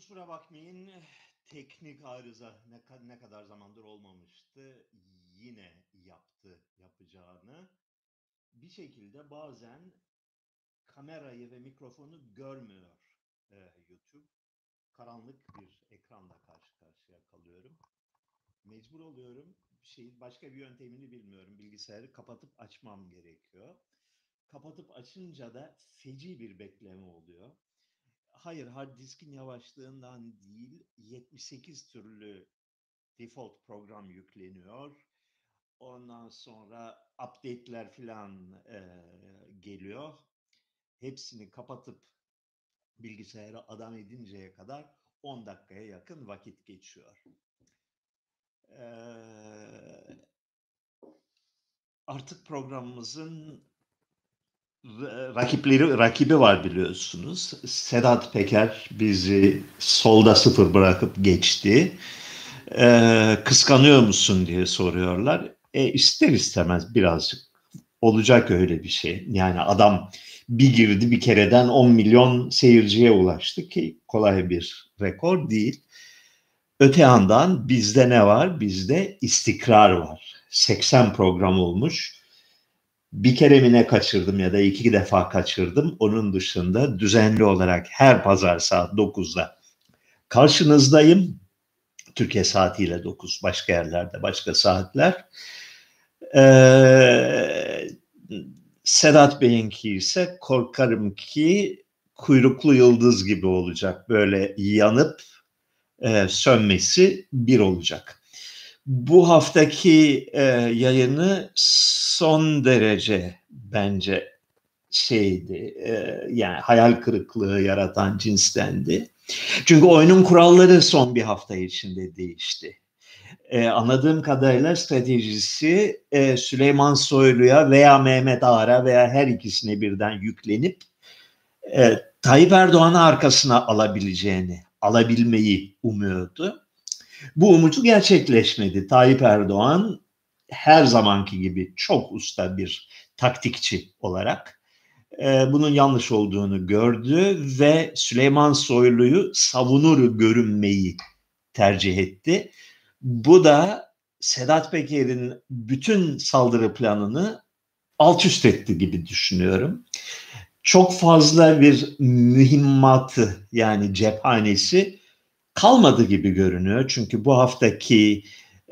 Kusura bakmayın, teknik arıza ne kadar zamandır olmamıştı. Yine yaptı yapacağını. Bir şekilde bazen kamerayı ve mikrofonu görmüyor YouTube. Karanlık bir ekranla karşı karşıya kalıyorum. Mecbur oluyorum. Başka bir yöntemini bilmiyorum. Bilgisayarı kapatıp açmam gerekiyor. Kapatıp açınca da feci bir bekleme oluyor. Hayır, hard diskin yavaşlığından değil, 78 türlü default program yükleniyor. Ondan sonra update'ler falan geliyor. Hepsini kapatıp bilgisayara adam edinceye kadar 10 dakikaya yakın vakit geçiyor. Artık programımızın rakibi var biliyorsunuz. Sedat Peker bizi solda sıfır bırakıp geçti. Kıskanıyor musun diye soruyorlar. İster istemez birazcık olacak öyle bir şey. Yani adam bir girdi bir kereden 10 milyon seyirciye ulaştı ki kolay bir rekor değil. Öte yandan bizde ne var? Bizde istikrar var. 80 program olmuş. Bir kere mi ne kaçırdım ya da 2 defa kaçırdım. Onun dışında düzenli olarak her pazar saat 9'da karşınızdayım. Türkiye saatiyle 9, başka yerlerde başka saatler. Sedat Bey'inki ise korkarım ki kuyruklu yıldız gibi olacak. Böyle yanıp sönmesi bir olacak. Bu haftaki yayını son derece bence yani hayal kırıklığı yaratan cinstendi. Çünkü oyunun kuralları son bir hafta içinde değişti. Anladığım kadarıyla stratejisi Süleyman Soylu'ya veya Mehmet Ağar'a veya her ikisine birden yüklenip Tayyip Erdoğan'ı arkasına alabilmeyi umuyordu. Bu umudu gerçekleşmedi. Tayyip Erdoğan her zamanki gibi çok usta bir taktikçi olarak bunun yanlış olduğunu gördü ve Süleyman Soylu'yu savunur görünmeyi tercih etti. Bu da Sedat Peker'in bütün saldırı planını alt üst etti gibi düşünüyorum. Çok fazla bir mühimmatı yani cephanesi kalmadı gibi görünüyor. Çünkü bu haftaki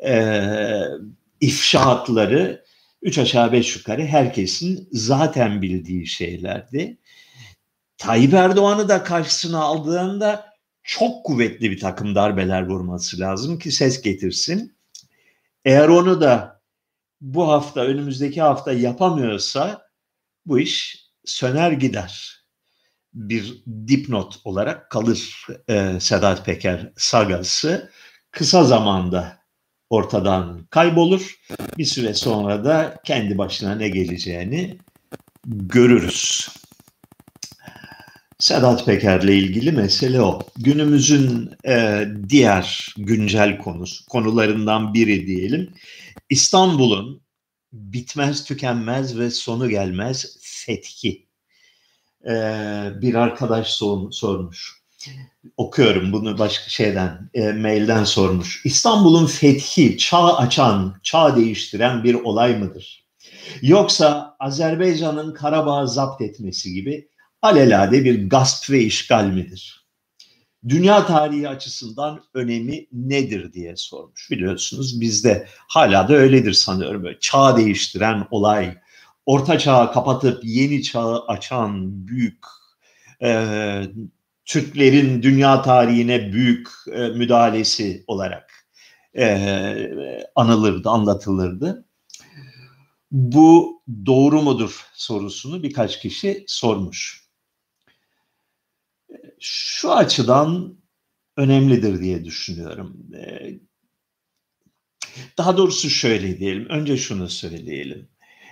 ifşaatları 3 aşağı 5 yukarı herkesin zaten bildiği şeylerdi. Tayyip Erdoğan'ı da karşısına aldığında çok kuvvetli bir takım darbeler vurması lazım ki ses getirsin. Eğer onu da bu hafta, önümüzdeki hafta yapamıyorsa bu iş söner gider. Bir dipnot olarak kalır Sedat Peker sagası. Kısa zamanda ortadan kaybolur. Bir süre sonra da kendi başına ne geleceğini görürüz. Sedat Peker'le ilgili mesele o. Günümüzün diğer güncel konularından biri diyelim. İstanbul'un bitmez tükenmez ve sonu gelmez fethi. Bir arkadaş sormuş. Okuyorum bunu başka şeyden, mailden sormuş. İstanbul'un fethi çağ açan, çağ değiştiren bir olay mıdır? Yoksa Azerbaycan'ın Karabağ'ı zapt etmesi gibi alelade bir gasp ve işgal midir? Dünya tarihi açısından önemi nedir diye sormuş. Biliyorsunuz bizde hala da öyledir sanıyorum. Böyle çağ değiştiren olay, orta çağı kapatıp yeni çağı açan büyük Türklerin dünya tarihine büyük müdahalesi olarak anılırdı, anlatılırdı. Bu doğru mudur sorusunu birkaç kişi sormuş. Şu açıdan önemlidir diye düşünüyorum. Daha doğrusu şöyle diyelim, önce şunu söyleyelim.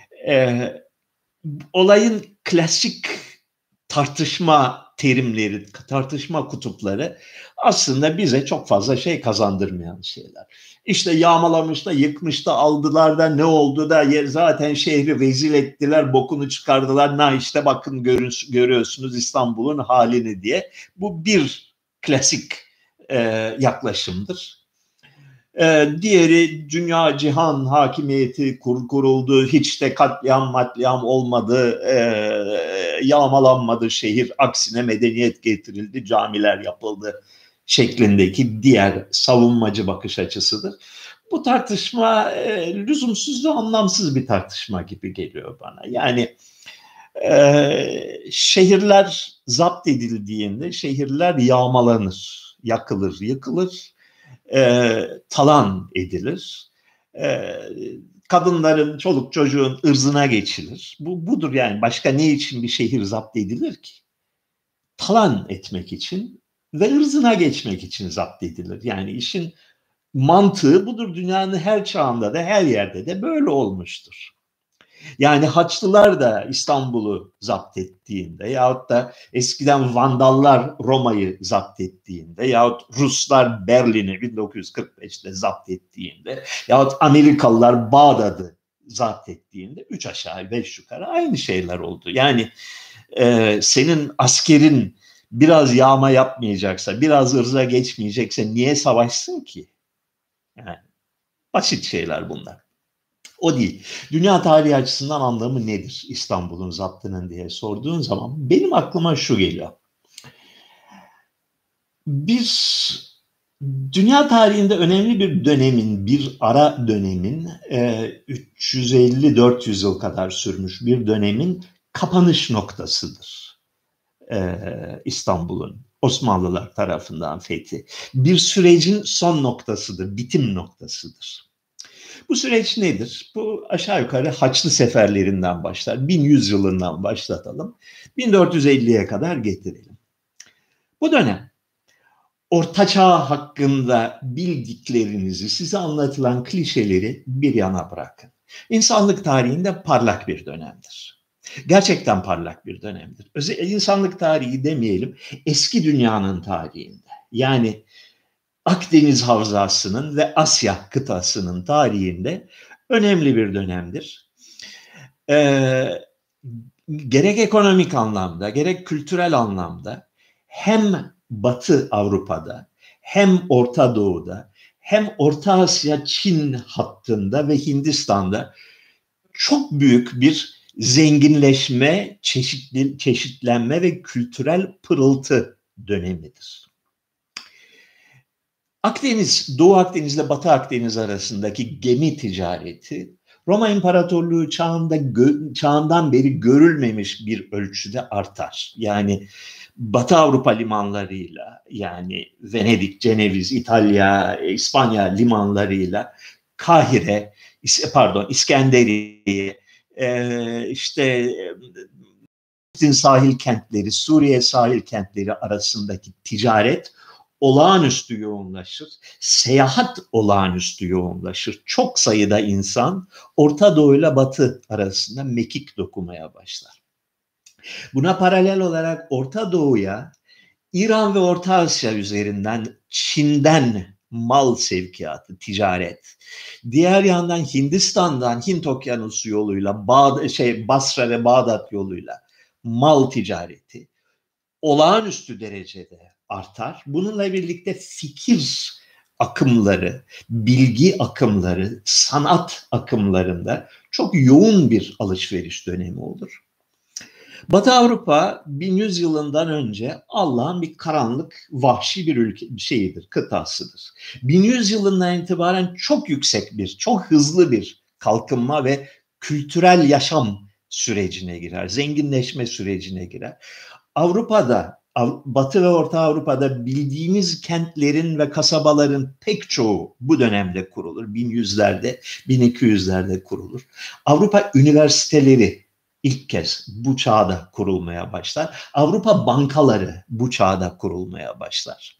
Olayın klasik tartışma terimleri, tartışma kutupları aslında bize çok fazla şey kazandırmayan şeyler. İşte yağmalamış da, yıkmış da, aldılar da, ne oldu da, zaten şehri rezil ettiler, bokunu çıkardılar. İşte bakın görüyorsunuz İstanbul'un halini diye. Bu bir klasik yaklaşımdır. Diğeri dünya cihan hakimiyeti kuruldu, hiç de katliam olmadı, yağmalanmadı şehir, aksine medeniyet getirildi, camiler yapıldı şeklindeki diğer savunmacı bakış açısıdır. Bu tartışma lüzumsuz ve anlamsız bir tartışma gibi geliyor bana. Yani şehirler zapt edildiğinde şehirler yağmalanır, yakılır, yıkılır, talan edilir. Kadınların, çoluk çocuğun ırzına geçilir. Budur yani. Başka ne için bir şehir zapt edilir ki? Talan etmek için ve ırzına geçmek için zapt edilir. Yani işin mantığı budur. Dünyanın her çağında da her yerde de böyle olmuştur. Yani Haçlılar da İstanbul'u zapt ettiğinde yahut da eskiden Vandallar Roma'yı zapt ettiğinde yahut Ruslar Berlin'i 1945'te zapt ettiğinde yahut Amerikalılar Bağdat'ı zapt ettiğinde 3 aşağı 5 yukarı aynı şeyler oldu. Yani senin askerin biraz yağma yapmayacaksa, biraz ırza geçmeyecekse niye savaşsın ki? Yani basit şeyler bunlar. O değil. Dünya tarihi açısından anlamı nedir İstanbul'un zaptının diye sorduğun zaman benim aklıma şu geliyor. Dünya tarihinde önemli bir dönemin, bir ara dönemin 350-400 yıl kadar sürmüş bir dönemin kapanış noktasıdır İstanbul'un Osmanlılar tarafından fethi. Bir sürecin son noktasıdır, bitim noktasıdır. Bu süreç nedir? Bu aşağı yukarı Haçlı seferlerinden başlar. 1100 yılından başlatalım. 1450'ye kadar getirelim. Bu dönem Orta Çağ hakkında bildiklerinizi, size anlatılan klişeleri bir yana bırakın. İnsanlık tarihinde parlak bir dönemdir. Gerçekten parlak bir dönemdir. İnsanlık tarihi demeyelim, eski dünyanın tarihinde. Yani Akdeniz Havzası'nın ve Asya kıtasının tarihinde önemli bir dönemdir. Gerek ekonomik anlamda, gerek kültürel anlamda hem Batı Avrupa'da, hem Orta Doğu'da, hem Orta Asya, Çin hattında ve Hindistan'da çok büyük bir zenginleşme, çeşitlenme ve kültürel pırıltı dönemidir. Doğu Akdeniz ile Batı Akdeniz arasındaki gemi ticareti Roma İmparatorluğu çağından beri görülmemiş bir ölçüde artar. Yani Batı Avrupa limanlarıyla, yani Venedik, Ceneviz, İtalya, İspanya limanlarıyla Kahire, İskenderiye, işte Filistin sahil kentleri, Suriye sahil kentleri arasındaki ticaret olağanüstü yoğunlaşır. Seyahat olağanüstü yoğunlaşır. Çok sayıda insan Orta Doğu ile Batı arasında mekik dokumaya başlar. Buna paralel olarak Orta Doğu'ya İran ve Orta Asya üzerinden Çin'den mal sevkiyatı, ticaret. Diğer yandan Hindistan'dan Hint Okyanusu yoluyla Basra ve Bağdat yoluyla mal ticareti olağanüstü derecede artar. Bununla birlikte fikir akımları, bilgi akımları, sanat akımlarında çok yoğun bir alışveriş dönemi olur. Batı Avrupa 1100 yılından önce Allah'ın bir karanlık, vahşi bir kıtasıdır. 1100 yılından itibaren çok yüksek çok hızlı bir kalkınma ve kültürel yaşam sürecine girer, zenginleşme sürecine girer. Batı ve Orta Avrupa'da bildiğimiz kentlerin ve kasabaların pek çoğu bu dönemde kurulur. 1100'lerde, 1200'lerde kurulur. Avrupa üniversiteleri ilk kez bu çağda kurulmaya başlar. Avrupa bankaları bu çağda kurulmaya başlar.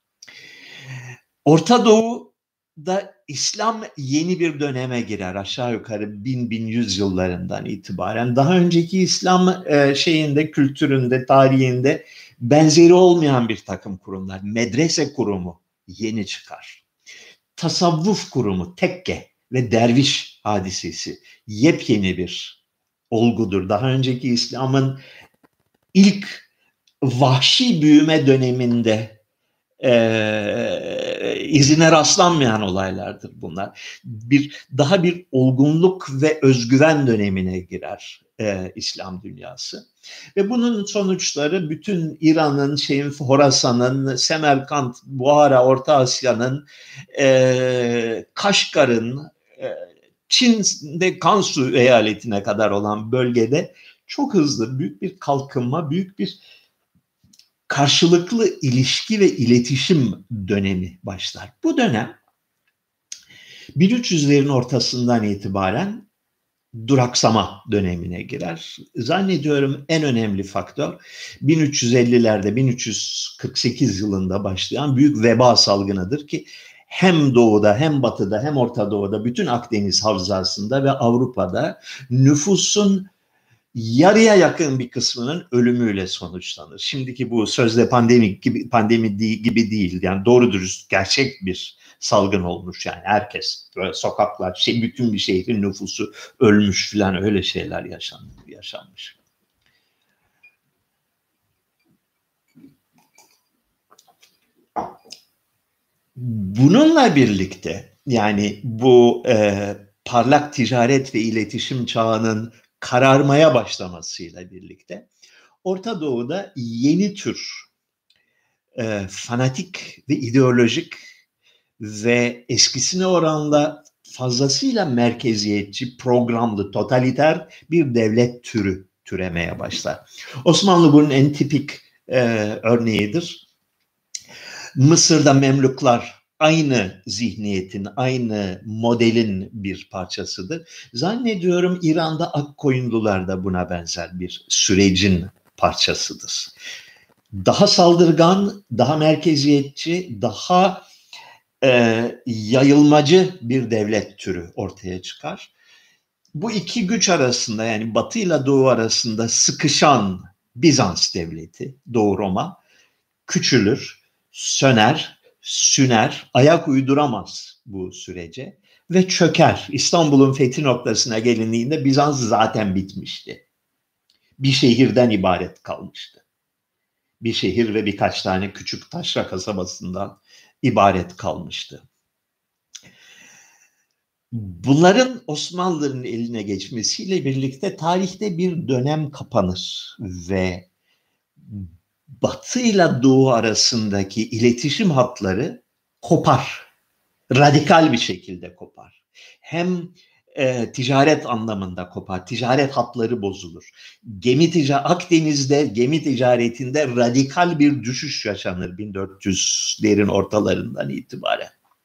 Orta Doğu'da İslam yeni bir döneme girer aşağı yukarı 1000-1100 yıllarından itibaren. Daha önceki İslam kültüründe, tarihinde benzeri olmayan bir takım kurumlar. Medrese kurumu yeni çıkar. Tasavvuf kurumu, tekke ve derviş hadisesi yepyeni bir olgudur. Daha önceki İslam'ın ilk vahşi büyüme döneminde izine rastlanmayan olaylardır bunlar. Daha bir olgunluk ve özgüven dönemine girer İslam dünyası. Ve bunun sonuçları bütün İran'ın, Horasan'ın, Semerkant, Buhara, Orta Asya'nın, Kaşgar'ın, Çin'de Kansu eyaletine kadar olan bölgede çok hızlı, büyük bir kalkınma, büyük bir karşılıklı ilişki ve iletişim dönemi başlar. Bu dönem 1300'lerin ortasından itibaren duraksama dönemine girer. Zannediyorum en önemli faktör 1350'lerde, 1348 yılında başlayan büyük veba salgınıdır ki hem doğuda hem batıda hem Orta Doğu'da bütün Akdeniz havzasında ve Avrupa'da nüfusun yarıya yakın bir kısmının ölümüyle sonuçlanır. Şimdiki bu sözde pandemi gibi değil. Yani doğru dürüst gerçek bir salgın olmuş. Yani herkes böyle sokaklar, bütün bir şehrin nüfusu ölmüş falan, öyle şeyler yaşanmış. Bununla birlikte yani bu parlak ticaret ve iletişim çağının kararmaya başlamasıyla birlikte Orta Doğu'da yeni tür fanatik ve ideolojik ve eskisine oranla fazlasıyla merkeziyetçi, programlı, totaliter bir devlet türü türemeye başlar. Osmanlı bunun en tipik örneğidir. Mısır'da Memluklar aynı zihniyetin, aynı modelin bir parçasıdır. Zannediyorum İran'da Akkoyunlular da buna benzer bir sürecin parçasıdır. Daha saldırgan, daha merkeziyetçi, daha yayılmacı bir devlet türü ortaya çıkar. Bu iki güç arasında, yani Batı ile Doğu arasında sıkışan Bizans devleti, Doğu Roma, küçülür, söner, süner, ayak uyduramaz bu sürece ve çöker. İstanbul'un fethi noktasına gelindiğinde Bizans zaten bitmişti. Bir şehirden ibaret kalmıştı. Bir şehir ve birkaç tane küçük taşra kasabasından ibaret kalmıştı. Bunların Osmanlı'nın eline geçmesiyle birlikte tarihte bir dönem kapanır ve Batı ile Doğu arasındaki iletişim hatları kopar. Radikal bir şekilde kopar. Hem ticaret anlamında kopar. Ticaret hatları bozulur. Akdeniz'de gemi ticaretinde radikal bir düşüş yaşanır 1400'lerin ortalarından itibaren.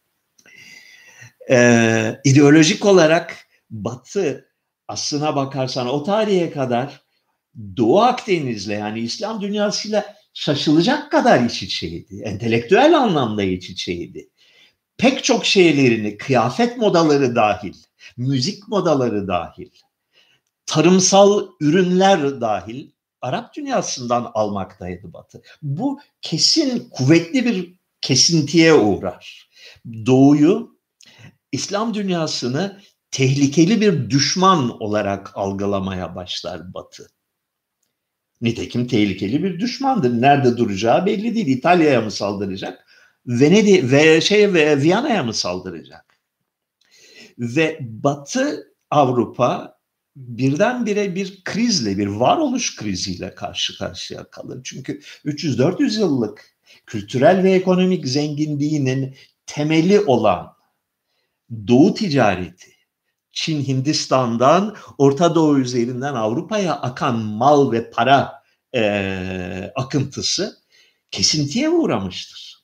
İdeolojik olarak Batı, aslına bakarsan o tarihe kadar Doğu Akdeniz'le, yani İslam dünyasıyla şaşılacak kadar iç içeydi. Entelektüel anlamda iç içeydi. Pek çok şeylerini, kıyafet modaları dahil, müzik modaları dahil, tarımsal ürünler dahil Arap dünyasından almaktaydı Batı. Bu kesin, kuvvetli bir kesintiye uğrar. Doğuyu, İslam dünyasını tehlikeli bir düşman olarak algılamaya başlar Batı. Nitekim tehlikeli bir düşmandır. Nerede duracağı belli değil. İtalya'ya mı saldıracak? Venedik ve Viyana'ya mı saldıracak? Ve Batı Avrupa birdenbire bir krizle, bir varoluş kriziyle karşı karşıya kalır. Çünkü 300-400 yıllık kültürel ve ekonomik zenginliğinin temeli olan Doğu ticareti, Çin, Hindistan'dan Orta Doğu üzerinden Avrupa'ya akan mal ve para akıntısı kesintiye uğramıştır.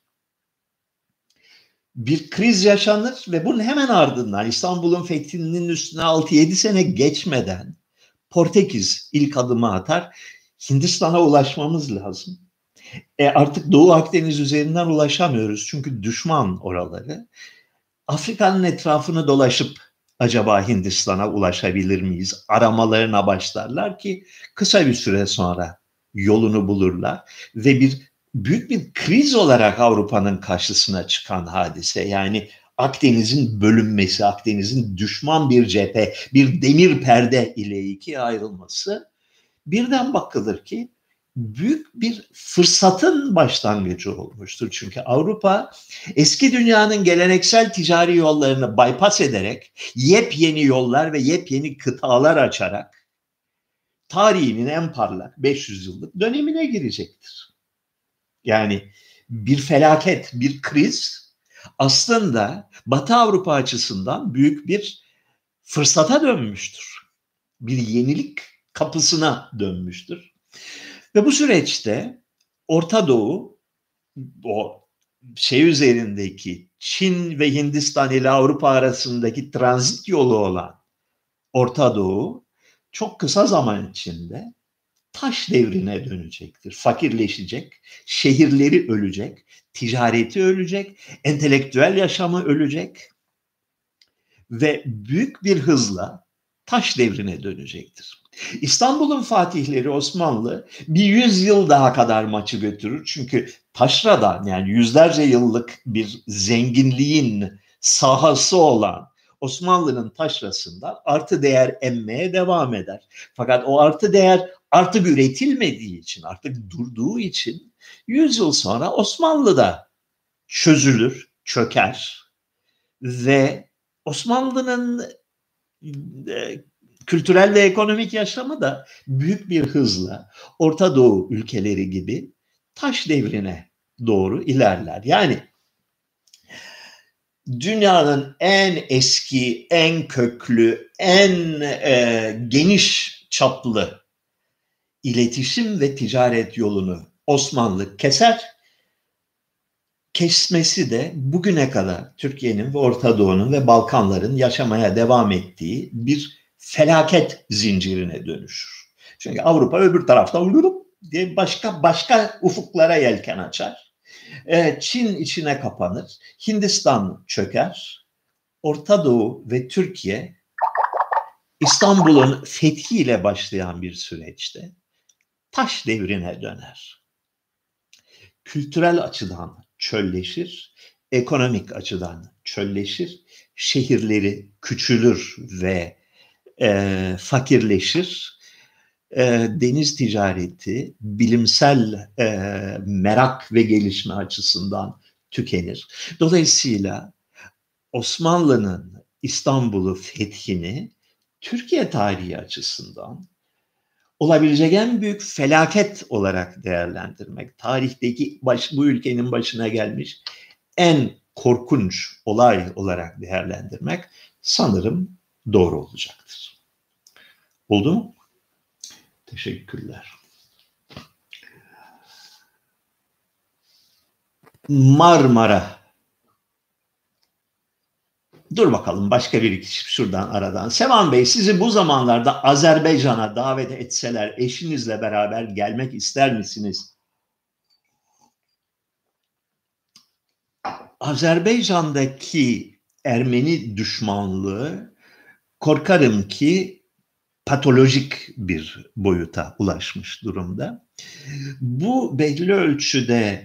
Bir kriz yaşanır ve bunun hemen ardından İstanbul'un fethinin üstüne 6-7 sene geçmeden Portekiz ilk adımı atar. Hindistan'a ulaşmamız lazım. Artık Doğu Akdeniz üzerinden ulaşamıyoruz çünkü düşman oraları. Afrika'nın etrafını dolaşıp acaba Hindistan'a ulaşabilir miyiz? Aramalarına başlarlar ki kısa bir süre sonra yolunu bulurlar ve büyük bir kriz olarak Avrupa'nın karşısına çıkan hadise, yani Akdeniz'in bölünmesi, Akdeniz'in düşman bir cephe, bir demir perde ile ikiye ayrılması, birden bakılır ki büyük bir fırsatın başlangıcı olmuştur. Çünkü Avrupa eski dünyanın geleneksel ticari yollarını bypass ederek yepyeni yollar ve yepyeni kıtalar açarak tarihinin en parlak 500 yıllık dönemine girecektir. Yani bir felaket, bir kriz aslında Batı Avrupa açısından büyük bir fırsata dönmüştür. Bir yenilik kapısına dönmüştür. Ve bu süreçte Orta Doğu, o şey üzerindeki Çin ve Hindistan ile Avrupa arasındaki transit yolu olan Orta Doğu çok kısa zaman içinde taş devrine dönecektir. Fakirleşecek, şehirleri ölecek, ticareti ölecek, entelektüel yaşamı ölecek ve büyük bir hızla taş devrine dönecektir. İstanbul'un fatihleri Osmanlı bir 100 yıl daha kadar maçı götürür. Çünkü taşradan, yani yüzlerce yıllık bir zenginliğin sahası olan Osmanlı'nın taşrasından artı değer emmeye devam eder. Fakat o artı değer artık üretilmediği için, artık durduğu için 100 yıl sonra Osmanlı da çözülür, çöker ve Osmanlı'nın kültürel ve ekonomik yaşamı da büyük bir hızla Orta Doğu ülkeleri gibi taş devrine doğru ilerler. Yani dünyanın en eski, en köklü, en geniş çaplı iletişim ve ticaret yolunu Osmanlı keser. Kesmesi de bugüne kadar Türkiye'nin ve Orta Doğu'nun ve Balkanların yaşamaya devam ettiği bir felaket zincirine dönüşür. Çünkü Avrupa öbür tarafta diye başka ufuklara yelken açar. Çin içine kapanır. Hindistan çöker. Orta Doğu ve Türkiye İstanbul'un fethiyle başlayan bir süreçte taş devrine döner. Kültürel açıdan çölleşir, ekonomik açıdan çölleşir, şehirleri küçülür ve fakirleşir, deniz ticareti, bilimsel merak ve gelişme açısından tükenir. Dolayısıyla Osmanlı'nın İstanbul'u fethini Türkiye tarihi açısından olabilecek en büyük felaket olarak değerlendirmek, tarihteki bu ülkenin başına gelmiş en korkunç olay olarak değerlendirmek sanırım doğru olacaktır. Oldu mu? Teşekkürler. Marmara. Dur bakalım, başka bir kişi şuradan aradan. Sevan Bey, sizi bu zamanlarda Azerbaycan'a davet etseler eşinizle beraber gelmek ister misiniz? Azerbaycan'daki Ermeni düşmanlığı korkarım ki patolojik bir boyuta ulaşmış durumda. Bu belli ölçüde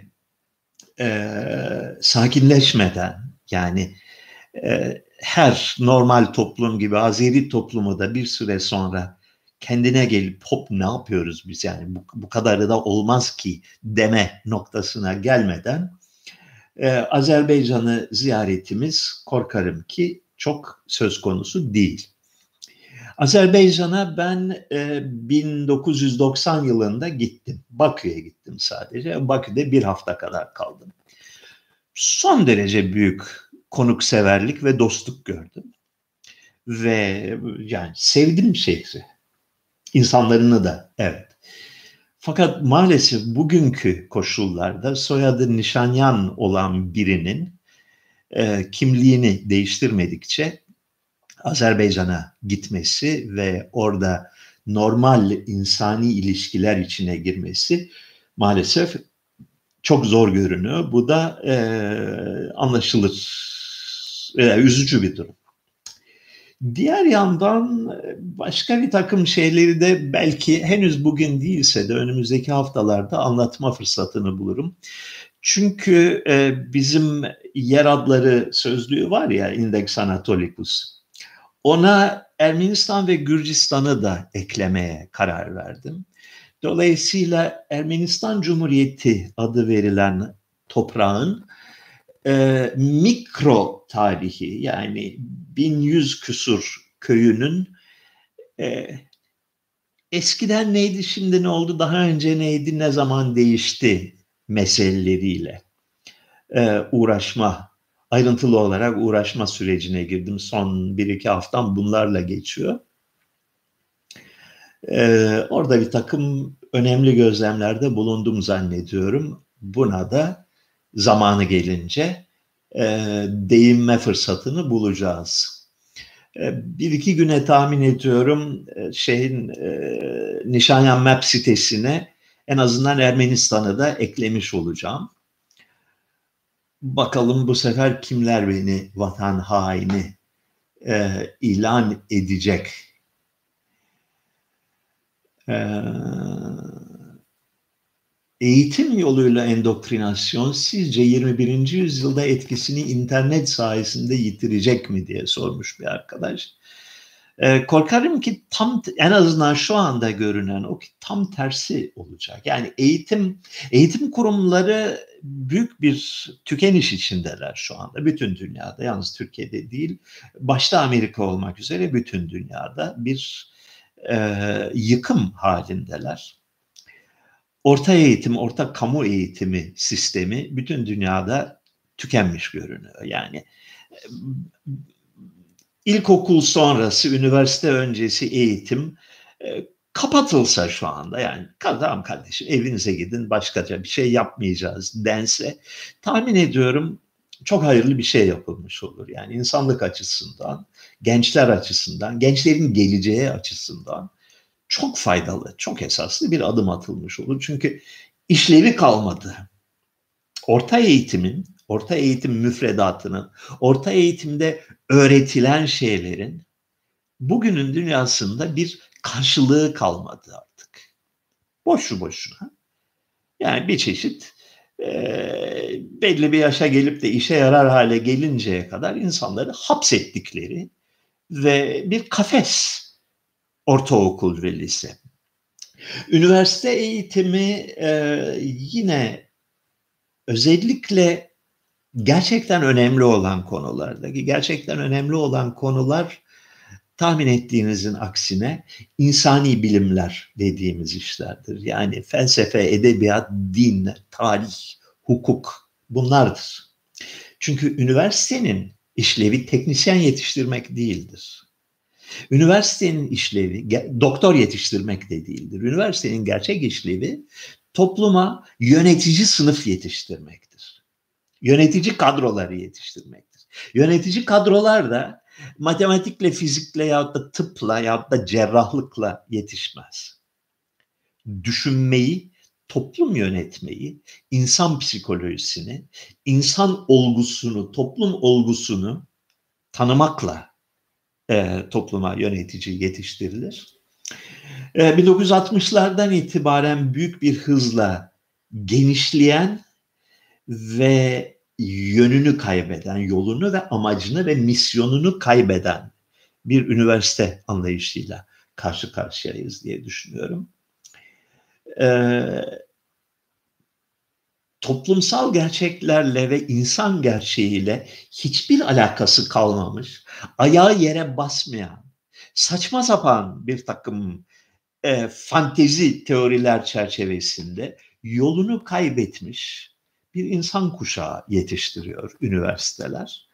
sakinleşmeden, yani her normal toplum gibi Azeri toplumu da bir süre sonra kendine gelip hop ne yapıyoruz biz, yani bu kadarı da olmaz ki deme noktasına gelmeden Azerbaycan'ı ziyaretimiz korkarım ki çok söz konusu değil. Azerbaycan'a ben 1990 yılında gittim. Bakü'ye gittim sadece. Bakü'de bir hafta kadar kaldım. Son derece büyük konukseverlik ve dostluk gördüm. Ve yani sevdim şehri. İnsanlarını da, evet. Fakat maalesef bugünkü koşullarda soyadı Nişanyan olan birinin kimliğini değiştirmedikçe Azerbaycan'a gitmesi ve orada normal insani ilişkiler içine girmesi maalesef çok zor görünüyor. Bu da anlaşılır, üzücü bir durum. Diğer yandan başka bir takım şeyleri de belki henüz bugün değilse de önümüzdeki haftalarda anlatma fırsatını bulurum. Çünkü bizim yer adları sözlüğü var ya, Index Anatolicus. Ona Ermenistan ve Gürcistan'ı da eklemeye karar verdim. Dolayısıyla Ermenistan Cumhuriyeti adı verilen toprağın mikro tarihi, yani 1100 küsur köyünün eskiden neydi, şimdi ne oldu, daha önce neydi, ne zaman değişti meseleleriyle uğraşma, ayrıntılı olarak uğraşma sürecine girdim. Son 1-2 haftam bunlarla geçiyor. Orada bir takım önemli gözlemlerde bulundum zannediyorum. Buna da zamanı gelince değinme fırsatını bulacağız. 1-2 güne tahmin ediyorum Nişanyan Map sitesine en azından Ermenistan'ı da eklemiş olacağım. Bakalım bu sefer kimler beni vatan haini ilan edecek. Eğitim yoluyla endoktrinasyon sizce 21. yüzyılda etkisini internet sayesinde yitirecek mi diye sormuş bir arkadaş. Korkarım ki en azından şu anda görünen o ki tam tersi olacak. Yani eğitim kurumları büyük bir tükeniş içindeler şu anda bütün dünyada, yalnız Türkiye'de değil, başta Amerika olmak üzere bütün dünyada bir yıkım halindeler. Orta eğitim, orta kamu eğitimi sistemi bütün dünyada tükenmiş görünüyor. Yani ilkokul sonrası, üniversite öncesi eğitim kapatılsa şu anda, yani tamam kardeşim evinize gidin, başkaca bir şey yapmayacağız dense, tahmin ediyorum çok hayırlı bir şey yapılmış olur. Yani insanlık açısından, gençler açısından, gençlerin geleceği açısından çok faydalı, çok esaslı bir adım atılmış olur. Çünkü işlevi kalmadı. Orta eğitim müfredatının, orta eğitimde öğretilen şeylerin bugünün dünyasında bir karşılığı kalmadı artık. Boşu boşuna. Yani bir çeşit belli bir yaşa gelip de işe yarar hale gelinceye kadar insanları hapsettikleri ve bir kafes ortaokul ve lise. Üniversite eğitimi yine özellikle gerçekten önemli olan konulardaki gerçekten önemli olan konular, tahmin ettiğinizin aksine insani bilimler dediğimiz işlerdir. Yani felsefe, edebiyat, din, tarih, hukuk bunlardır. Çünkü üniversitenin işlevi teknisyen yetiştirmek değildir. Üniversitenin işlevi doktor yetiştirmek de değildir. Üniversitenin gerçek işlevi topluma yönetici sınıf yetiştirmektir. Yönetici kadroları yetiştirmektir. Yönetici kadrolar da matematikle, fizikle yahut da tıpla yahut da cerrahlıkla yetişmez. Düşünmeyi, toplum yönetmeyi, insan psikolojisini, insan olgusunu, toplum olgusunu tanımakla topluma yönetici yetiştirilir. 1960'lardan itibaren büyük bir hızla genişleyen ve yönünü kaybeden, yolunu ve amacını ve misyonunu kaybeden bir üniversite anlayışıyla karşı karşıyayız diye düşünüyorum. Toplumsal gerçeklerle ve insan gerçeğiyle hiçbir alakası kalmamış, ayağı yere basmayan, saçma sapan bir takım fantezi teoriler çerçevesinde yolunu kaybetmiş bir insan kuşağı yetiştiriyor üniversiteler.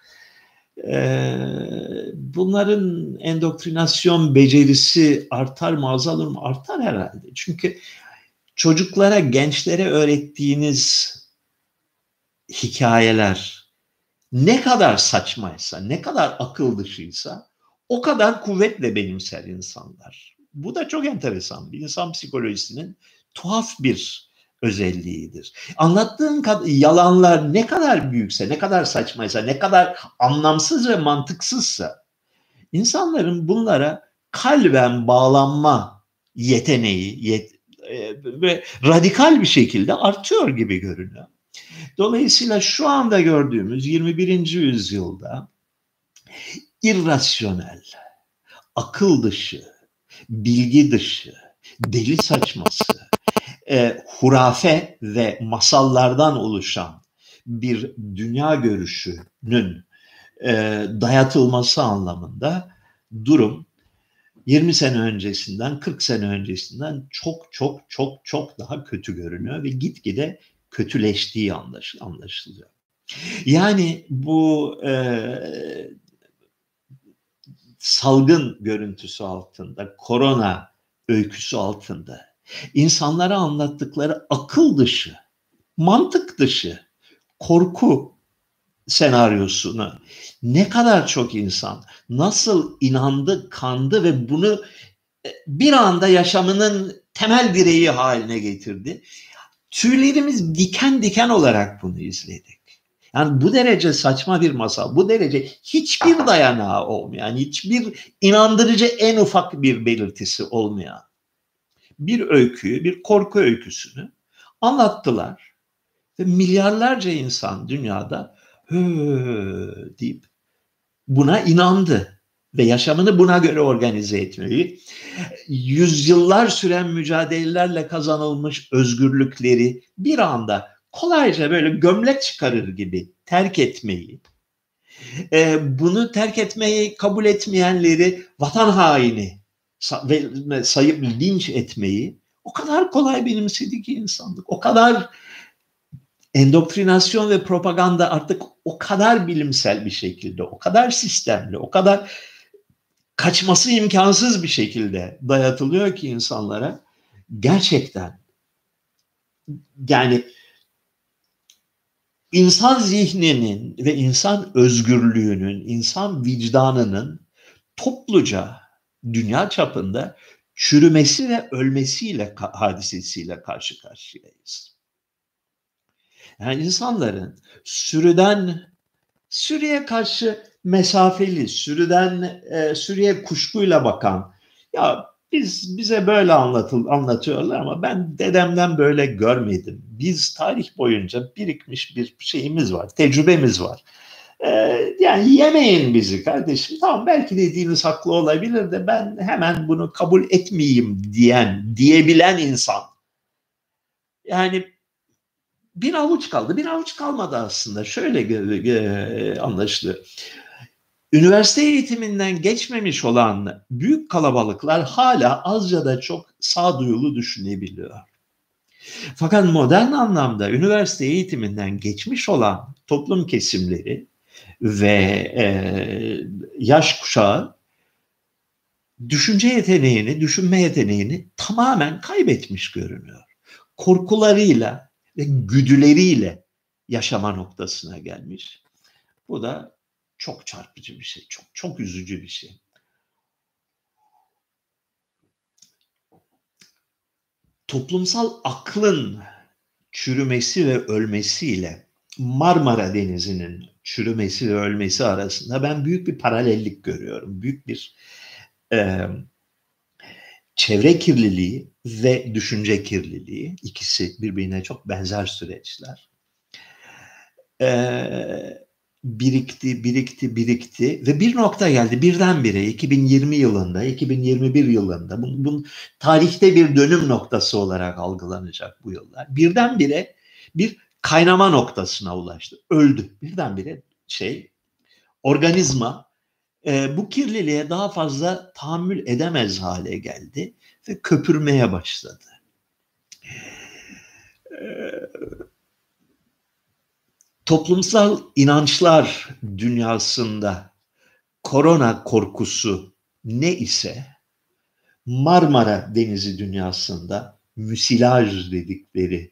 Bunların endoktrinasyon becerisi artar mı, azalır mı? Artar herhalde. Çünkü çocuklara, gençlere öğrettiğiniz hikayeler ne kadar saçmaysa, ne kadar akıl dışıysa o kadar kuvvetle benimser insanlar. Bu da çok enteresan. Bir insan psikolojisinin tuhaf bir özelliğidir. Anlattığın yalanlar ne kadar büyükse, ne kadar saçmaysa, ne kadar anlamsız ve mantıksızsa, insanların bunlara kalben bağlanma yeteneği ve radikal bir şekilde artıyor gibi görünüyor. Dolayısıyla şu anda gördüğümüz 21. yüzyılda irrasyonel, akıl dışı, bilgi dışı, deli saçması, hurafe ve masallardan oluşan bir dünya görüşünün dayatılması anlamında durum 20 sene öncesinden, 40 sene öncesinden çok çok çok çok daha kötü görünüyor ve gitgide kötüleştiği anlaşılıyor. Yani bu salgın görüntüsü altında, korona öyküsü altında insanlara anlattıkları akıl dışı, mantık dışı, korku senaryosunu ne kadar çok insan nasıl inandı, kandı ve bunu bir anda yaşamının temel direği haline getirdi. Tüylerimiz diken diken olarak bunu izledik. Yani bu derece saçma bir masal, bu derece hiçbir dayanağı olmayan, hiçbir inandırıcı en ufak bir belirtisi olmayan bir öyküyü, bir korku öyküsünü anlattılar. Ve milyarlarca insan dünyada deyip buna inandı ve yaşamını buna göre organize etmeyi, yüzyıllar süren mücadelelerle kazanılmış özgürlükleri bir anda kolayca böyle gömlek çıkarır gibi terk etmeyi, bunu terk etmeyi kabul etmeyenleri vatan haini sayıp linç etmeyi o kadar kolay benimsedi ki insanlık. O kadar endoktrinasyon ve propaganda artık o kadar bilimsel bir şekilde, o kadar sistemli, o kadar kaçması imkansız bir şekilde dayatılıyor ki insanlara. Gerçekten yani insan zihninin ve insan özgürlüğünün, insan vicdanının topluca dünya çapında çürümesi ve ölmesiyle hadisesiyle karşı karşıyayız. Yani insanların sürüye karşı mesafeli, sürüye kuşkuyla bakan, ya bize böyle anlatıyorlar ama ben dedemden böyle görmedim. Biz tarih boyunca birikmiş bir şeyimiz var, tecrübemiz var. Yani yemeyin bizi kardeşim. Tamam, belki dediğiniz haklı olabilir de ben hemen bunu kabul etmeyeyim diyebilen insan. Yani bir avuç kaldı. Bir avuç kalmadı aslında. Şöyle anlaşılıyor. Üniversite eğitiminden geçmemiş olan büyük kalabalıklar hala az ya da çok sağduyulu düşünebiliyor. Fakat modern anlamda üniversite eğitiminden geçmiş olan toplum kesimleri ve yaş kuşağı düşünme yeteneğini tamamen kaybetmiş görünüyor. Korkularıyla ve güdüleriyle yaşama noktasına gelmiş. Bu da çok çarpıcı bir şey, çok çok üzücü bir şey. Toplumsal aklın çürümesi ve ölmesiyle Marmara Denizi'nin çürümesi ve ölmesi arasında ben büyük bir paralellik görüyorum. Büyük bir çevre kirliliği ve düşünce kirliliği, ikisi birbirine çok benzer süreçler. Birikti ve bir nokta geldi birdenbire 2020 yılında, 2021 yılında, bunun tarihte bir dönüm noktası olarak algılanacak bu yıllar. Birdenbire bir kaynama noktasına ulaştı. Öldü. Birdenbire organizma bu kirliliğe daha fazla tahammül edemez hale geldi ve köpürmeye başladı. Toplumsal inançlar dünyasında korona korkusu ne ise Marmara Denizi dünyasında müsilaj dedikleri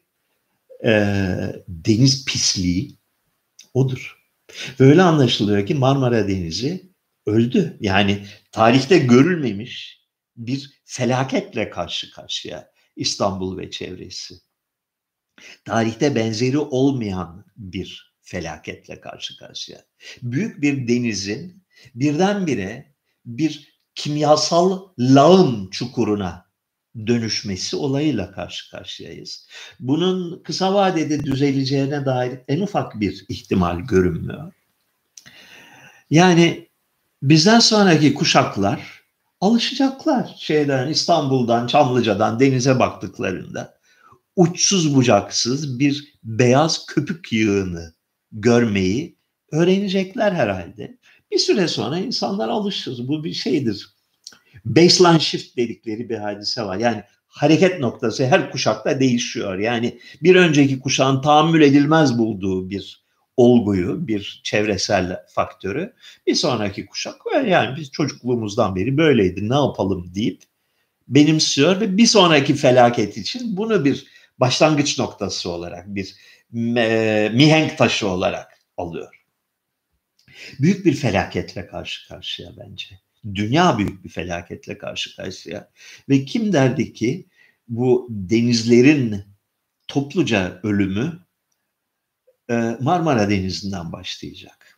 deniz pisliği odur. Böyle anlaşılıyor ki Marmara Denizi öldü. Yani tarihte görülmemiş bir felaketle karşı karşıya İstanbul ve çevresi. Tarihte benzeri olmayan bir felaketle karşı karşıya. Büyük bir denizin birdenbire bir kimyasal lağım çukuruna dönüşmesi olayıyla karşı karşıyayız. Bunun kısa vadede düzeleceğine dair en ufak bir ihtimal görünmüyor. Yani bizden sonraki kuşaklar Alışacaklar şeyden, İstanbul'dan, Çamlıca'dan denize baktıklarında uçsuz bucaksız bir beyaz köpük yığını görmeyi öğrenecekler herhalde. Bir süre sonra insanlar alışır. Bu bir şeydir. Baseline shift dedikleri bir hadise var. Yani hareket noktası her kuşakta değişiyor. Yani bir önceki kuşağın tahammül edilmez bulduğu bir olguyu, bir çevresel faktörü bir sonraki kuşak yani biz çocukluğumuzdan beri böyleydi ne yapalım deyip benimsiyor ve bir sonraki felaket için bunu bir başlangıç noktası olarak, bir mihenk taşı olarak alıyor. Büyük bir felaketle karşı karşıya bence. Dünya büyük bir felaketle karşı karşıya. Ve kim derdi ki bu denizlerin topluca ölümü Marmara Denizi'nden başlayacak.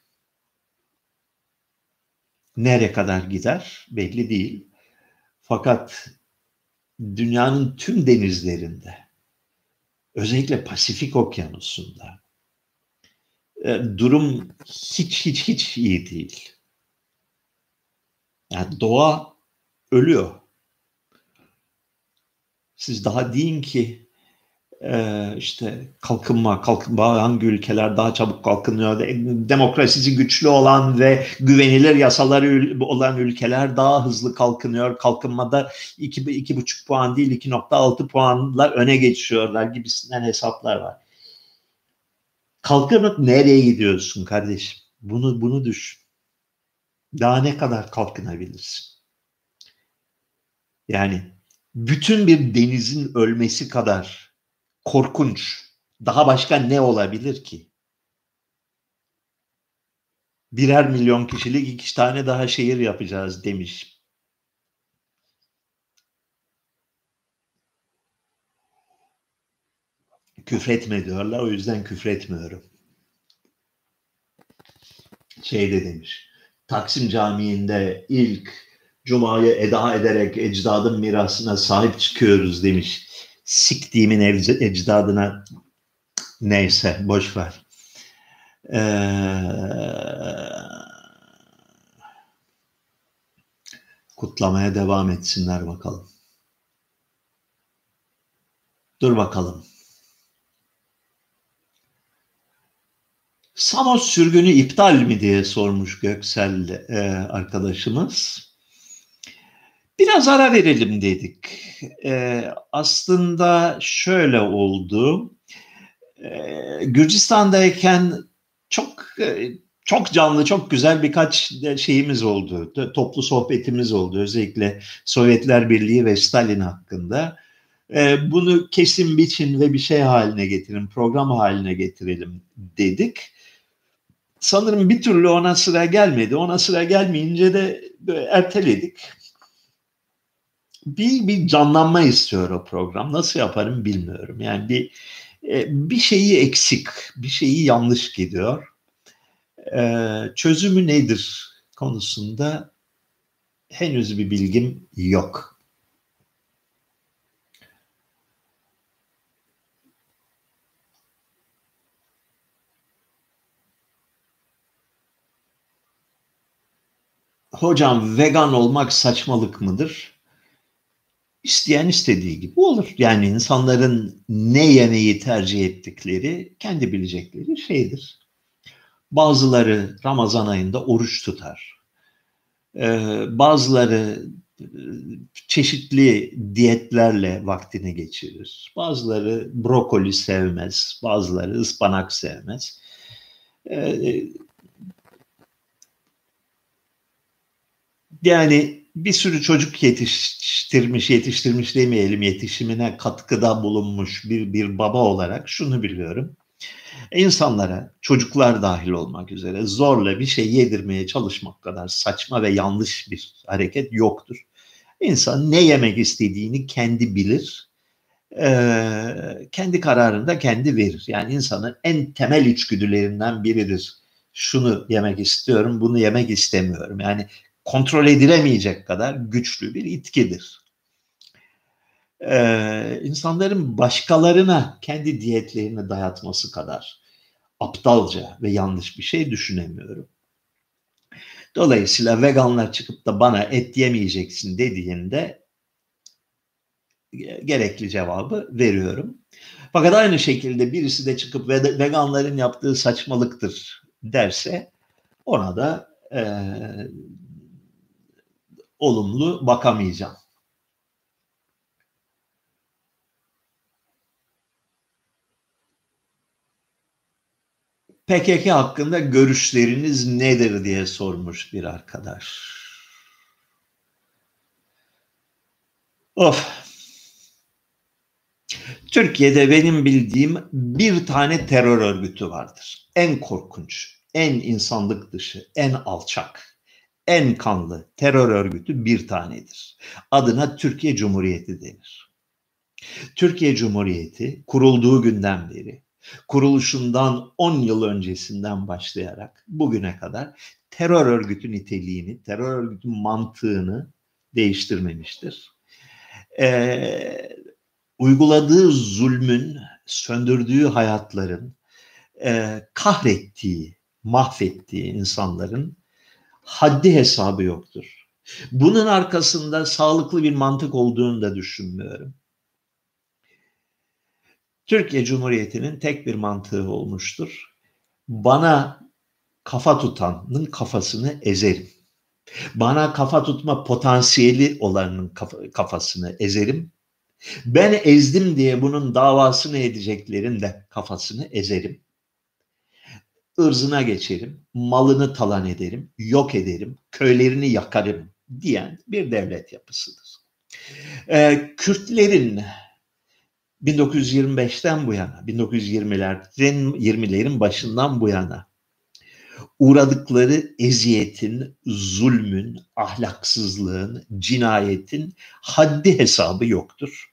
Nereye kadar gider belli değil. Fakat dünyanın tüm denizlerinde, özellikle Pasifik Okyanusu'nda durum hiç iyi değil. Yani doğa ölüyor. Siz daha deyin ki işte kalkınma hangi ülkeler daha çabuk kalkınıyor, demokrasisi güçlü olan ve güvenilir yasaları olan ülkeler daha hızlı kalkınıyor. Kalkınmada 2,5 puan değil 2,6 puanlar öne geçiyorlar gibisinden hesaplar var. Kalkınıp nereye gidiyorsun kardeşim? Bunu düşün. Daha ne kadar kalkınabilirsin? Yani bütün bir denizin ölmesi kadar korkunç. Daha başka ne olabilir ki? 1'er milyon kişilik 2 tane daha şehir yapacağız demiş. Küfretme diyorlar, o yüzden küfretmiyorum. De demiş. Taksim Camii'nde ilk Cuma'yı eda ederek ecdadın mirasına sahip çıkıyoruz demiş. Siktiğimin ecdadına neyse boş ver. Kutlamaya devam etsinler bakalım. Dur bakalım. Samos sürgünü iptal mi diye sormuş Göksel arkadaşımız. Biraz ara verelim dedik. Aslında şöyle oldu. Gürcistan'dayken çok canlı, çok güzel birkaç şeyimiz oldu. Toplu sohbetimiz oldu. Özellikle Sovyetler Birliği ve Stalin hakkında. Bunu kesin biçin ve bir şey haline getirin, program haline getirelim dedik. Sanırım bir türlü ona sıra gelmedi. Ona sıra gelmeyince de erteledik. Bir canlanma istiyor o program. Nasıl yaparım bilmiyorum. Yani bir şeyi eksik, bir şeyi yanlış gidiyor. Çözümü nedir konusunda henüz bir bilgim yok. Hocam vegan olmak saçmalık mıdır? İsteyen istediği gibi olur. Yani insanların ne yemeği tercih ettikleri kendi bilecekleri şeydir. Bazıları Ramazan ayında oruç tutar. Bazıları çeşitli diyetlerle vaktini geçirir. Bazıları brokoli sevmez, bazıları ıspanak sevmez. Yani bir sürü çocuk yetiştirmiş demeyelim, yetişimine katkıda bulunmuş bir baba olarak şunu biliyorum. İnsanlara, çocuklar dahil olmak üzere zorla bir şey yedirmeye çalışmak kadar saçma ve yanlış bir hareket yoktur. İnsan ne yemek istediğini kendi bilir, kendi kararını da kendi verir. Yani insanın en temel içgüdülerinden biridir. Şunu yemek istiyorum, bunu yemek istemiyorum. Yani kontrol edilemeyecek kadar güçlü bir itkidir. İnsanların başkalarına kendi diyetlerini dayatması kadar aptalca ve yanlış bir şey düşünemiyorum. Dolayısıyla veganlar çıkıp da bana et yemeyeceksin dediğinde gerekli cevabı veriyorum. Fakat aynı şekilde birisi de çıkıp veganların yaptığı saçmalıktır derse ona da olumlu bakamayacağım. PKK hakkında görüşleriniz nedir diye sormuş bir arkadaş. Of. Türkiye'de benim bildiğim bir tane terör örgütü vardır. En korkunç, en insanlık dışı, en alçak, en kanlı terör örgütü bir tanedir. Adına Türkiye Cumhuriyeti denir. Türkiye Cumhuriyeti kurulduğu günden beri, kuruluşundan 10 yıl öncesinden başlayarak bugüne kadar terör örgütü niteliğini, terör örgütü mantığını değiştirmemiştir. Uyguladığı zulmün, söndürdüğü hayatların, kahrettiği, mahvettiği insanların haddi hesabı yoktur. Bunun arkasında sağlıklı bir mantık olduğunu da düşünmüyorum. Türkiye Cumhuriyeti'nin tek bir mantığı olmuştur. Bana kafa tutanın kafasını ezerim. Bana kafa tutma potansiyeli olanın kafasını ezerim. Ben ezdim diye bunun davasını edeceklerin de kafasını ezerim. Irzına geçerim, malını talan ederim, yok ederim, köylerini yakarım diyen bir devlet yapısıdır. Kürtlerin 1925'ten bu yana, 1920'lerin başından bu yana uğradıkları eziyetin, zulmün, ahlaksızlığın, cinayetin haddi hesabı yoktur.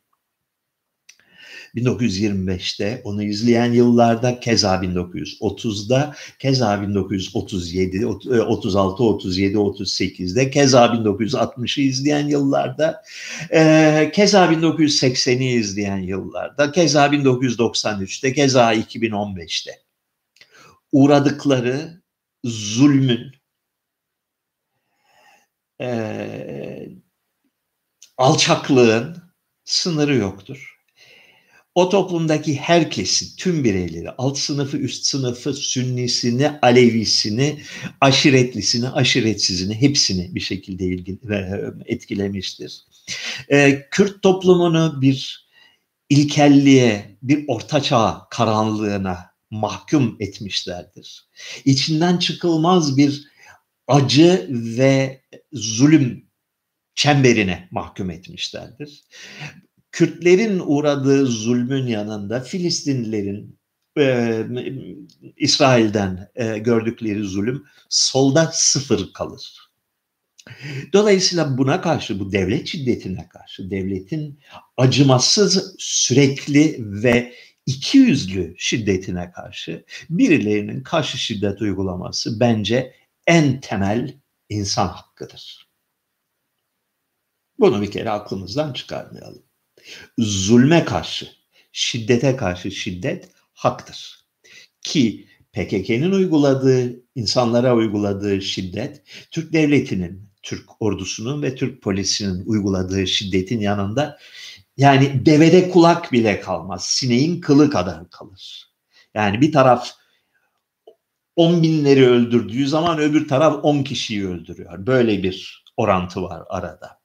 1925'te, onu izleyen yıllarda, keza 1930'da, keza 1937, 36, 37, 38'de, keza 1960'ı izleyen yıllarda, keza 1980'i izleyen yıllarda, keza 1993'te, keza 2015'te uğradıkları zulmün, alçaklığın sınırı yoktur. O toplumdaki herkesi, tüm bireyleri, alt sınıfı, üst sınıfı, sünnisini, alevisini, aşiretlisini, aşiretsizini hepsini bir şekilde etkilemiştir. Kürt toplumunu bir ilkelliğe, bir ortaçağ karanlığına mahkum etmişlerdir. İçinden çıkılmaz bir acı ve zulüm çemberine mahkum etmişlerdir. Kürtlerin uğradığı zulmün yanında Filistinlilerin İsrail'den gördükleri zulüm solda sıfır kalır. Dolayısıyla buna karşı, bu devlet şiddetine karşı, devletin acımasız, sürekli ve ikiyüzlü şiddetine karşı birilerinin karşı şiddet uygulaması bence en temel insan hakkıdır. Bunu bir kere aklımızdan çıkarmayalım. Zulme karşı, şiddete karşı şiddet haktır. Ki PKK'nın uyguladığı, insanlara uyguladığı şiddet, Türk devletinin, Türk ordusunun ve Türk polisinin uyguladığı şiddetin yanında yani devede kulak bile kalmaz. Sineğin kılı kadar kalır. Yani bir taraf 10 binleri öldürdüğü zaman öbür taraf 10 kişiyi öldürüyor. Böyle bir orantı var arada.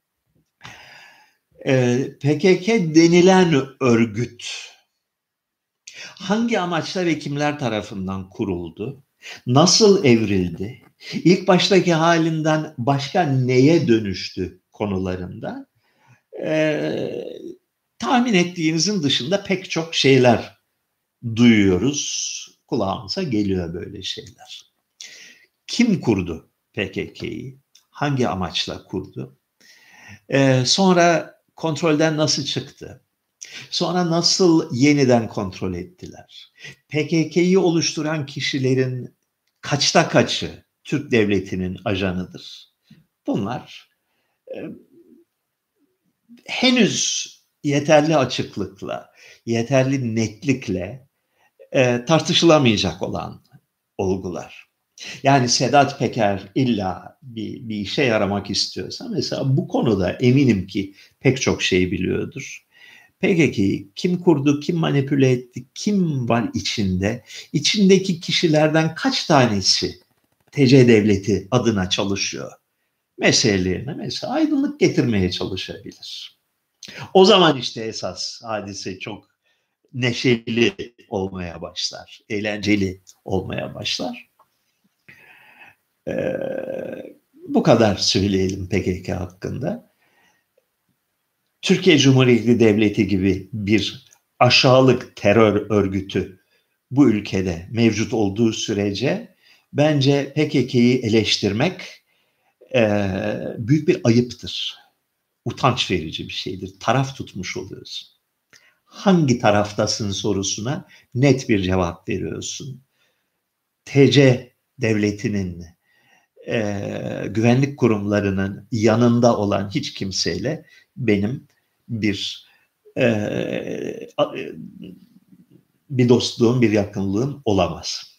PKK denilen örgüt hangi amaçla ve kimler tarafından kuruldu? Nasıl evrildi? İlk baştaki halinden başka neye dönüştü konularında? Tahmin ettiğinizin dışında pek çok şeyler duyuyoruz. Kulağımıza geliyor böyle şeyler. Kim kurdu PKK'yi? Hangi amaçla kurdu? Sonra kontrolden nasıl çıktı? Sonra nasıl yeniden kontrol ettiler? PKK'yı oluşturan kişilerin kaçta kaçı Türk devletinin ajanıdır? Bunlar henüz yeterli açıklıkla, yeterli netlikle tartışılamayacak olan olgular. Yani Sedat Peker illa bir işe yaramak istiyorsa mesela bu konuda eminim ki pek çok şey biliyordur. PKK'yı kim kurdu, kim manipüle etti, kim var içinde, içindeki kişilerden kaç tanesi TC Devleti adına çalışıyor meselelerine mesela aydınlık getirmeye çalışabilir. O zaman işte esas hadise çok neşeli olmaya başlar, eğlenceli olmaya başlar. Bu kadar söyleyelim PKK hakkında. Türkiye Cumhuriyeti Devleti gibi bir aşağılık terör örgütü bu ülkede mevcut olduğu sürece bence PKK'yı eleştirmek büyük bir ayıptır. Utanç verici bir şeydir. Taraf tutmuş oluyorsun. Hangi taraftasın sorusuna net bir cevap veriyorsun. TC devletinin güvenlik kurumlarının yanında olan hiç kimseyle benim bir bir dostluğum, bir yakınlığım olamaz.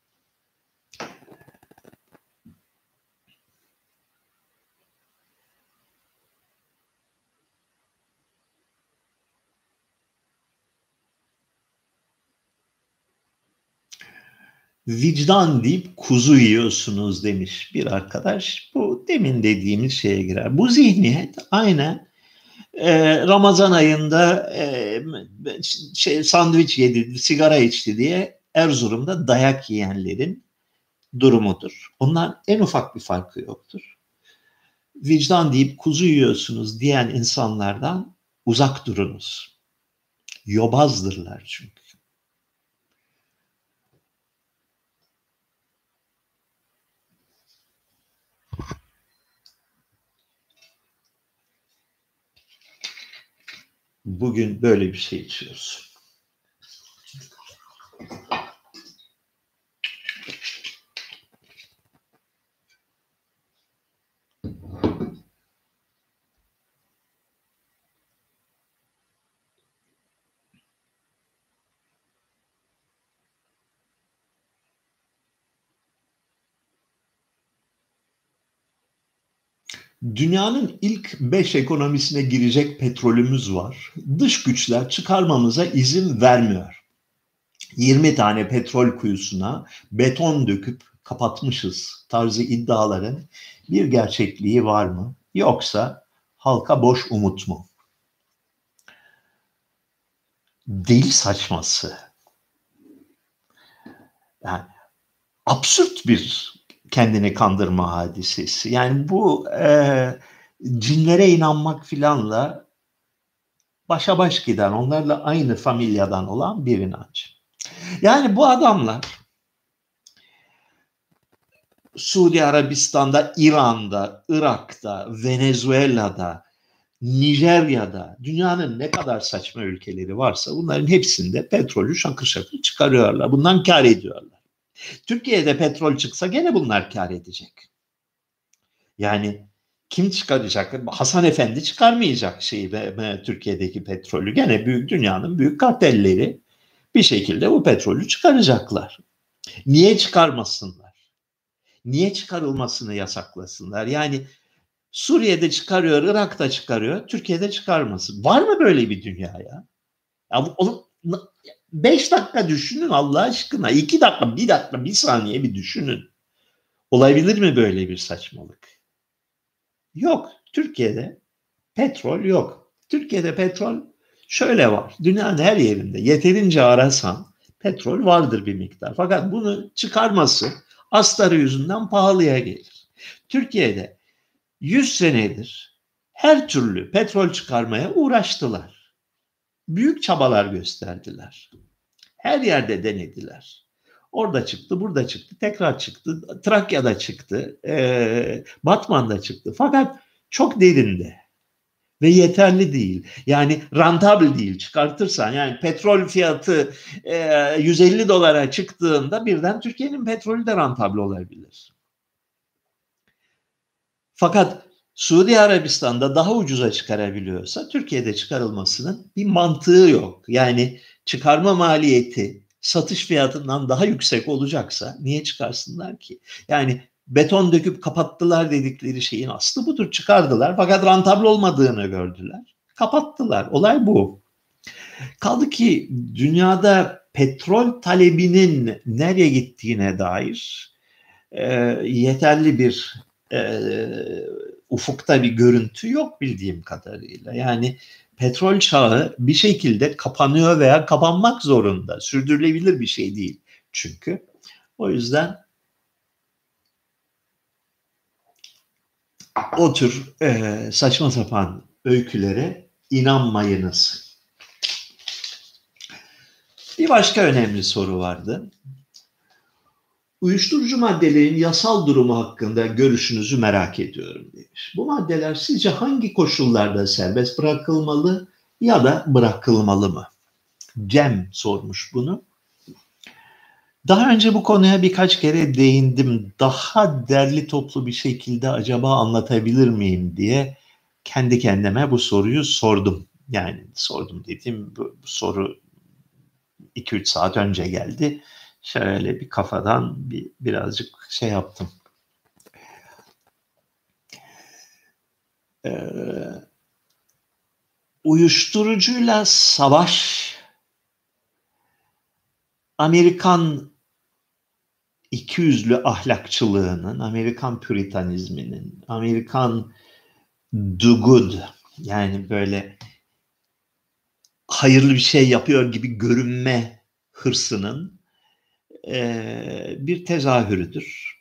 Vicdan deyip kuzu yiyorsunuz demiş bir arkadaş. Bu demin dediğimiz şeye girer. Bu zihniyet aynen Ramazan ayında sandviç yedi, sigara içti diye Erzurum'da dayak yiyenlerin durumudur. Onlar en ufak bir farkı yoktur. Vicdan deyip kuzu yiyorsunuz diyen insanlardan uzak durunuz. Yobazdırlar çünkü. Bugün böyle bir şey içiyoruz. Dünyanın ilk 5 ekonomisine girecek petrolümüz var. Dış güçler çıkarmamıza izin vermiyor. 20 tane petrol kuyusuna beton döküp kapatmışız tarzı iddiaların bir gerçekliği var mı? Yoksa halka boş umut mu? Deli saçması. Yani absürt bir kendini kandırma hadisesi. Yani bu cinlere inanmak filanla başa baş giden, onlarla aynı familyadan olan bir inanç. Yani bu adamlar Suudi Arabistan'da, İran'da, Irak'ta, Venezuela'da, Nijerya'da, dünyanın ne kadar saçma ülkeleri varsa bunların hepsinde petrolü şakır şakır çıkarıyorlar. Bundan kar ediyorlar. Türkiye'de petrol çıksa gene bunlar kar edecek. Yani kim çıkaracak? Hasan Efendi çıkarmayacak şeyi Türkiye'deki petrolü. Gene büyük dünyanın büyük kartelleri bir şekilde bu petrolü çıkaracaklar. Niye çıkarmasınlar? Niye çıkarılmasını yasaklasınlar? Yani Suriye'de çıkarıyor, Irak'ta çıkarıyor, Türkiye'de çıkarmasın. Var mı böyle bir dünya ya? Ya 5 dakika düşünün Allah aşkına. 2 dakika, 1 dakika, 1 saniye bir düşünün. Olabilir mi böyle bir saçmalık? Yok. Türkiye'de petrol yok. Türkiye'de petrol şöyle var. Dünyanın her yerinde yeterince arasan petrol vardır bir miktar. Fakat bunu çıkarması astarı yüzünden pahalıya gelir. Türkiye'de 100 senedir her türlü petrol çıkarmaya uğraştılar. Büyük çabalar gösterdiler. Her yerde denediler. Orada çıktı, burada çıktı, tekrar çıktı, Trakya'da çıktı, Batman'da çıktı. Fakat çok derinde ve yeterli değil. Yani rentable değil çıkartırsan. Yani petrol fiyatı 150 dolara çıktığında birden Türkiye'nin petrolü de rentable olabilir. Fakat Suudi Arabistan'da daha ucuza çıkarabiliyorsa Türkiye'de çıkarılmasının bir mantığı yok. Yani çıkarma maliyeti satış fiyatından daha yüksek olacaksa niye çıkarsınlar ki? Yani beton döküp kapattılar dedikleri şeyin aslı budur. Çıkardılar fakat rentable olmadığını gördüler. Kapattılar. Olay bu. Kaldı ki dünyada petrol talebinin nereye gittiğine dair yeterli bir ufukta bir görüntü yok bildiğim kadarıyla. Yani petrol çağı bir şekilde kapanıyor veya kapanmak zorunda. Sürdürülebilir bir şey değil çünkü. O yüzden o tür saçma sapan öykülere inanmayınız. Bir başka önemli soru vardı. Uyuşturucu maddelerin yasal durumu hakkında görüşünüzü merak ediyorum demiş. Bu maddeler sizce hangi koşullarda serbest bırakılmalı ya da bırakılmalı mı? Cem sormuş bunu. Daha önce bu konuya birkaç kere değindim. Daha derli toplu bir şekilde acaba anlatabilir miyim diye kendi kendime bu soruyu sordum. Yani sordum dediğim bu soru 2-3 saat önce geldi. Şöyle bir kafadan birazcık şey yaptım. Uyuşturucuyla savaş Amerikan ikiyüzlü ahlakçılığının, Amerikan püritanizminin, Amerikan do good, yani böyle hayırlı bir şey yapıyor gibi görünme hırsının bir tezahürüdür.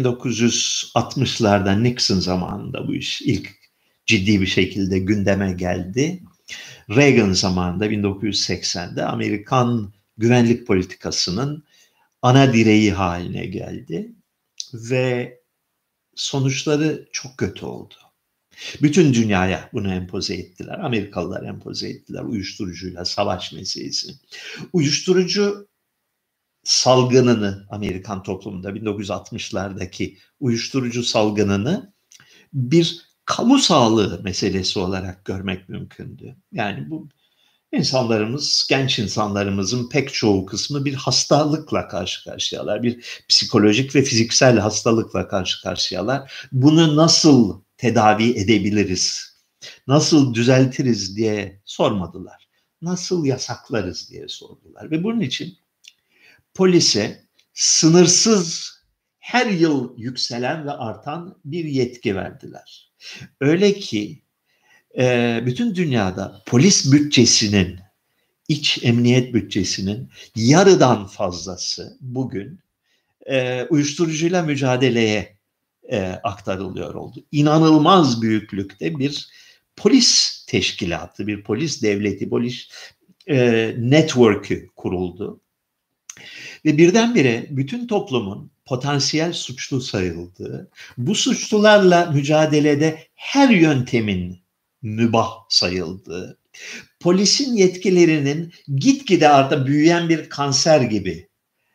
1960'larda Nixon zamanında bu iş ilk ciddi bir şekilde gündeme geldi. Reagan zamanında 1980'de Amerikan güvenlik politikasının ana direği haline geldi ve sonuçları çok kötü oldu. Bütün dünyaya bunu empoze ettiler. Amerikalılar empoze ettiler uyuşturucuyla savaş meselesini. Uyuşturucu salgınını Amerikan toplumunda 1960'lardaki uyuşturucu salgınını bir kamu sağlığı meselesi olarak görmek mümkündü. Yani bu insanlarımız, genç insanlarımızın pek çoğu kısmı bir hastalıkla karşı karşıyalar. Bir psikolojik ve fiziksel hastalıkla karşı karşıyalar. Bunu nasıl tedavi edebiliriz? Nasıl düzeltiriz diye sormadılar. Nasıl yasaklarız diye sordular. Ve bunun için polise sınırsız her yıl yükselen ve artan bir yetki verdiler. Öyle ki bütün dünyada polis bütçesinin, iç emniyet bütçesinin yarıdan fazlası bugün uyuşturucuyla mücadeleye aktarılıyor oldu. İnanılmaz büyüklükte bir polis teşkilatı, bir polis devleti, polis network'ü kuruldu. Ve birdenbire bütün toplumun potansiyel suçlu sayıldığı, bu suçlularla mücadelede her yöntemin mübah sayıldığı, polisin yetkilerinin gitgide arta büyüyen bir kanser gibi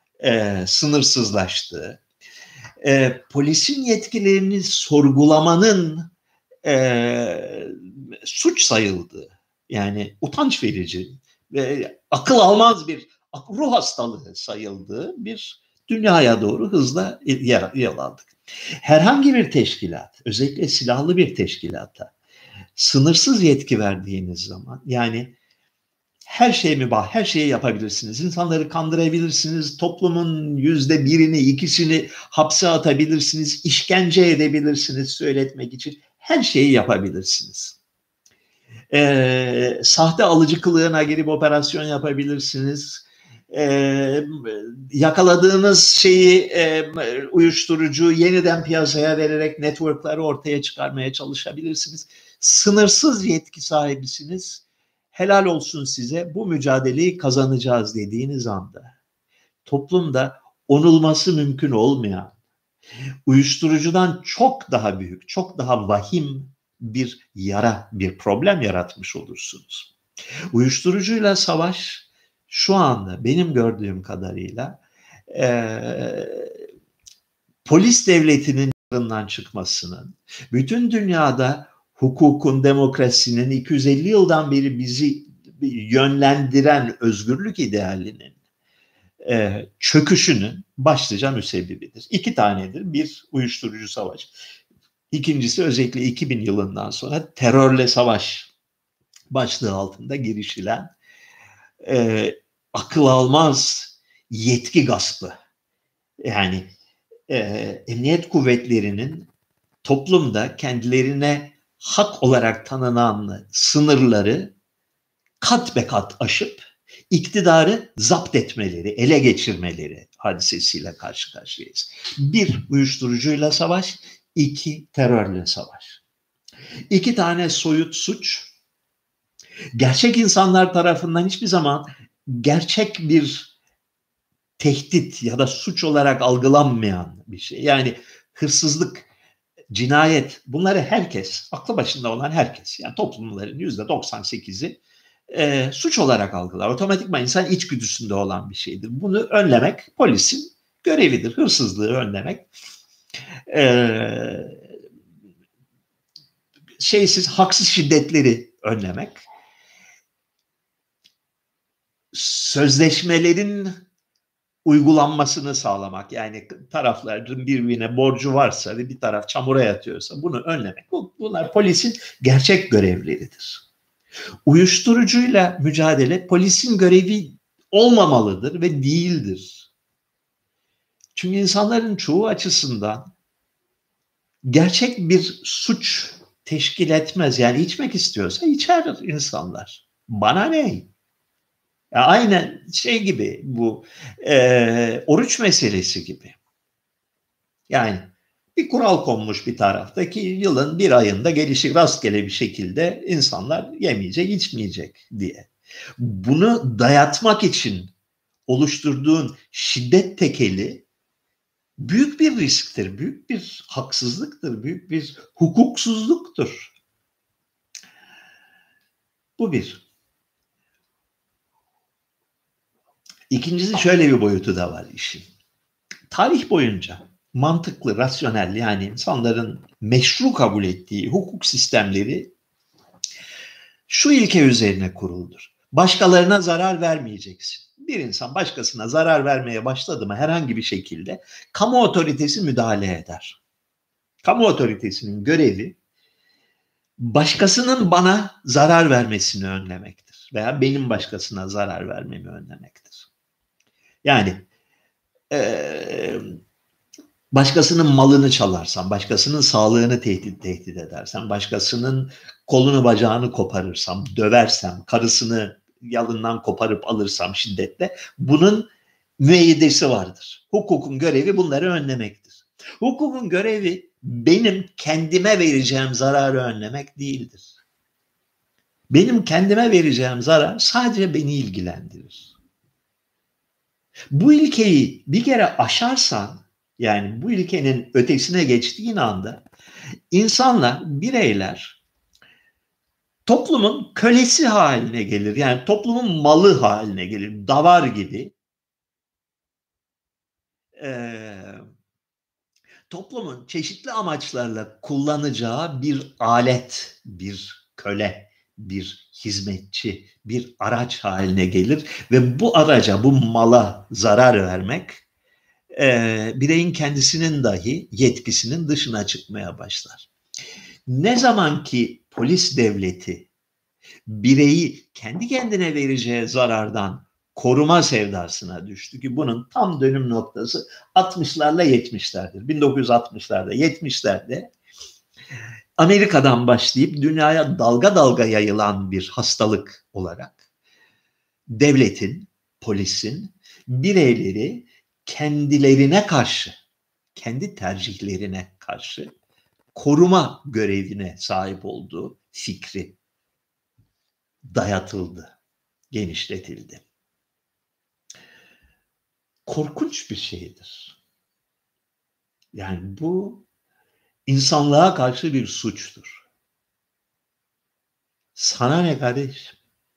sınırsızlaştığı, polisin yetkilerini sorgulamanın suç sayıldığı, yani utanç verici ve akıl almaz bir ruh hastalığı sayıldığı bir dünyaya doğru hızla yol aldık. Herhangi bir teşkilat, özellikle silahlı bir teşkilata sınırsız yetki verdiğiniz zaman, yani her şey mübah, her şeyi yapabilirsiniz. İnsanları kandırabilirsiniz, toplumun %1'ini, 2'sini hapse atabilirsiniz, işkence edebilirsiniz söyletmek için. Her şeyi yapabilirsiniz. Sahte alıcı kılığına girip operasyon yapabilirsiniz. Yakaladığınız şeyi uyuşturucu yeniden piyasaya vererek networkları ortaya çıkarmaya çalışabilirsiniz. Sınırsız yetki sahibisiniz. Helal olsun size, bu mücadeleyi kazanacağız dediğiniz anda toplumda onulması mümkün olmayan, uyuşturucudan çok daha büyük, çok daha vahim bir yara, bir problem yaratmış olursunuz. Uyuşturucuyla savaş şu anda benim gördüğüm kadarıyla polis devletinin yanından çıkmasının, bütün dünyada hukukun, demokrasinin 250 yıldan beri bizi yönlendiren özgürlük idealinin çöküşünün başlıca müsebbibidir. İki tanedir. Bir, uyuşturucu savaş. İkincisi özellikle 2000 yılından sonra terörle savaş başlığı altında girişilen akıl almaz yetki gaspı. Yani emniyet kuvvetlerinin toplumda kendilerine hak olarak tanınan sınırları kat be kat aşıp iktidarı zapt etmeleri, ele geçirmeleri hadisesiyle karşı karşıyayız. Bir, uyuşturucuyla savaş, iki, terörle savaş. İki tane soyut suç, gerçek insanlar tarafından hiçbir zaman gerçek bir tehdit ya da suç olarak algılanmayan bir şey. Yani hırsızlık, cinayet, bunları herkes, aklı başında olan herkes, yani toplumların %98'i suç olarak algılar. Otomatikman insan içgüdüsünde olan bir şeydir. Bunu önlemek polisin görevidir. Hırsızlığı önlemek. Haksız şiddetleri önlemek. Sözleşmelerin uygulanmasını sağlamak. Yani tarafların birbirine borcu varsa ve bir taraf çamura yatıyorsa bunu önlemek. Bunlar polisin gerçek görevleridir. Uyuşturucuyla mücadele polisin görevi olmamalıdır ve değildir. Çünkü insanların çoğu açısından gerçek bir suç teşkil etmez. Yani içmek istiyorsa içer insanlar. Bana ne? Ya aynen şey gibi bu oruç meselesi gibi. Yani bir kural konmuş bir tarafta ki yılın bir ayında gelişi rastgele bir şekilde insanlar yemeyecek, içmeyecek diye. Bunu dayatmak için oluşturduğun şiddet tekeli büyük bir risktir, büyük bir haksızlıktır, büyük bir hukuksuzluktur. Bu bir. İkincisi şöyle bir boyutu da var işin. Tarih boyunca mantıklı, rasyonel yani insanların meşru kabul ettiği hukuk sistemleri şu ilke üzerine kuruludur. Başkalarına zarar vermeyeceksin. Bir insan başkasına zarar vermeye başladı mı herhangi bir şekilde kamu otoritesi müdahale eder. Kamu otoritesinin görevi başkasının bana zarar vermesini önlemektir veya benim başkasına zarar vermemi önlemektir. Yani başkasının malını çalarsan, başkasının sağlığını tehdit edersen, başkasının kolunu bacağını koparırsam, döversem, karısını yalından koparıp alırsam şiddetle, bunun müeyyidesi vardır. Hukukun görevi bunları önlemektir. Hukukun görevi benim kendime vereceğim zararı önlemek değildir. Benim kendime vereceğim zarar sadece beni ilgilendirir. Bu ilkeyi bir kere aşarsan, yani bu ilkenin ötesine geçtiğin anda insanlar, bireyler toplumun kölesi haline gelir. Yani toplumun malı haline gelir. Davar gibi. Toplumun çeşitli amaçlarla kullanacağı bir alet, bir köle, bir hizmetçi, bir araç haline gelir ve bu araca, bu mala zarar vermek bireyin kendisinin dahi yetkisinin dışına çıkmaya başlar. Ne zaman ki polis devleti bireyi kendi kendine vereceği zarardan koruma sevdasına düştü ki bunun tam dönüm noktası 60'larla 70'lerdir. 1960'larda 70'lerde Amerika'dan başlayıp dünyaya dalga dalga yayılan bir hastalık olarak devletin, polisin bireyleri kendilerine karşı, kendi tercihlerine karşı koruma görevine sahip olduğu fikri dayatıldı, genişletildi. Korkunç bir şeydir. Yani bu insanlığa karşı bir suçtur. Sana ne kardeşim?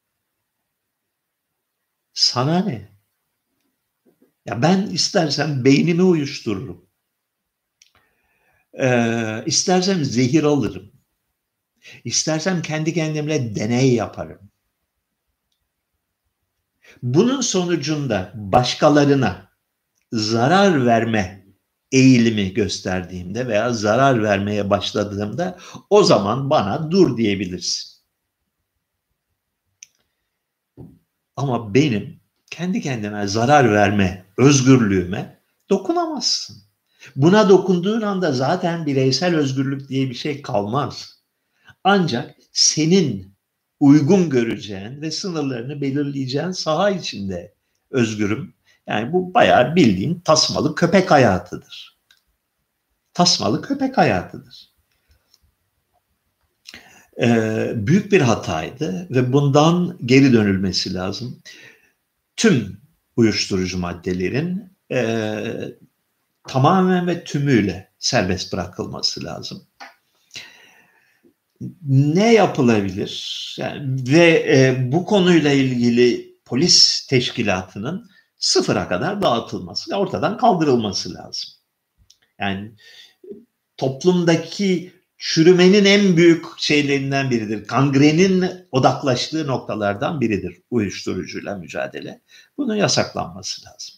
Sana ne? Ya ben istersem beynimi uyuştururum. İstersem zehir alırım. İstersem kendi kendimle deney yaparım. Bunun sonucunda başkalarına zarar verme eğilimi gösterdiğimde veya zarar vermeye başladığımda o zaman bana dur diyebilirsin. Ama benim kendi kendime zarar verme özgürlüğüme dokunamazsın. Buna dokunduğun anda zaten bireysel özgürlük diye bir şey kalmaz. Ancak senin uygun göreceğin ve sınırlarını belirleyeceğin saha içinde özgürüm. Yani bu bayağı bildiğin tasmalı köpek hayatıdır. Tasmalı köpek hayatıdır. Büyük bir hataydı ve bundan geri dönülmesi lazım. Tüm uyuşturucu maddelerin tamamen ve tümüyle serbest bırakılması lazım. Ne yapılabilir? Yani, bu konuyla ilgili polis teşkilatının sıfıra kadar dağıtılması, ortadan kaldırılması lazım. Yani toplumdaki çürümenin en büyük şeylerinden biridir. Kangrenin odaklaştığı noktalardan biridir uyuşturucuyla mücadele. Bunun yasaklanması lazım.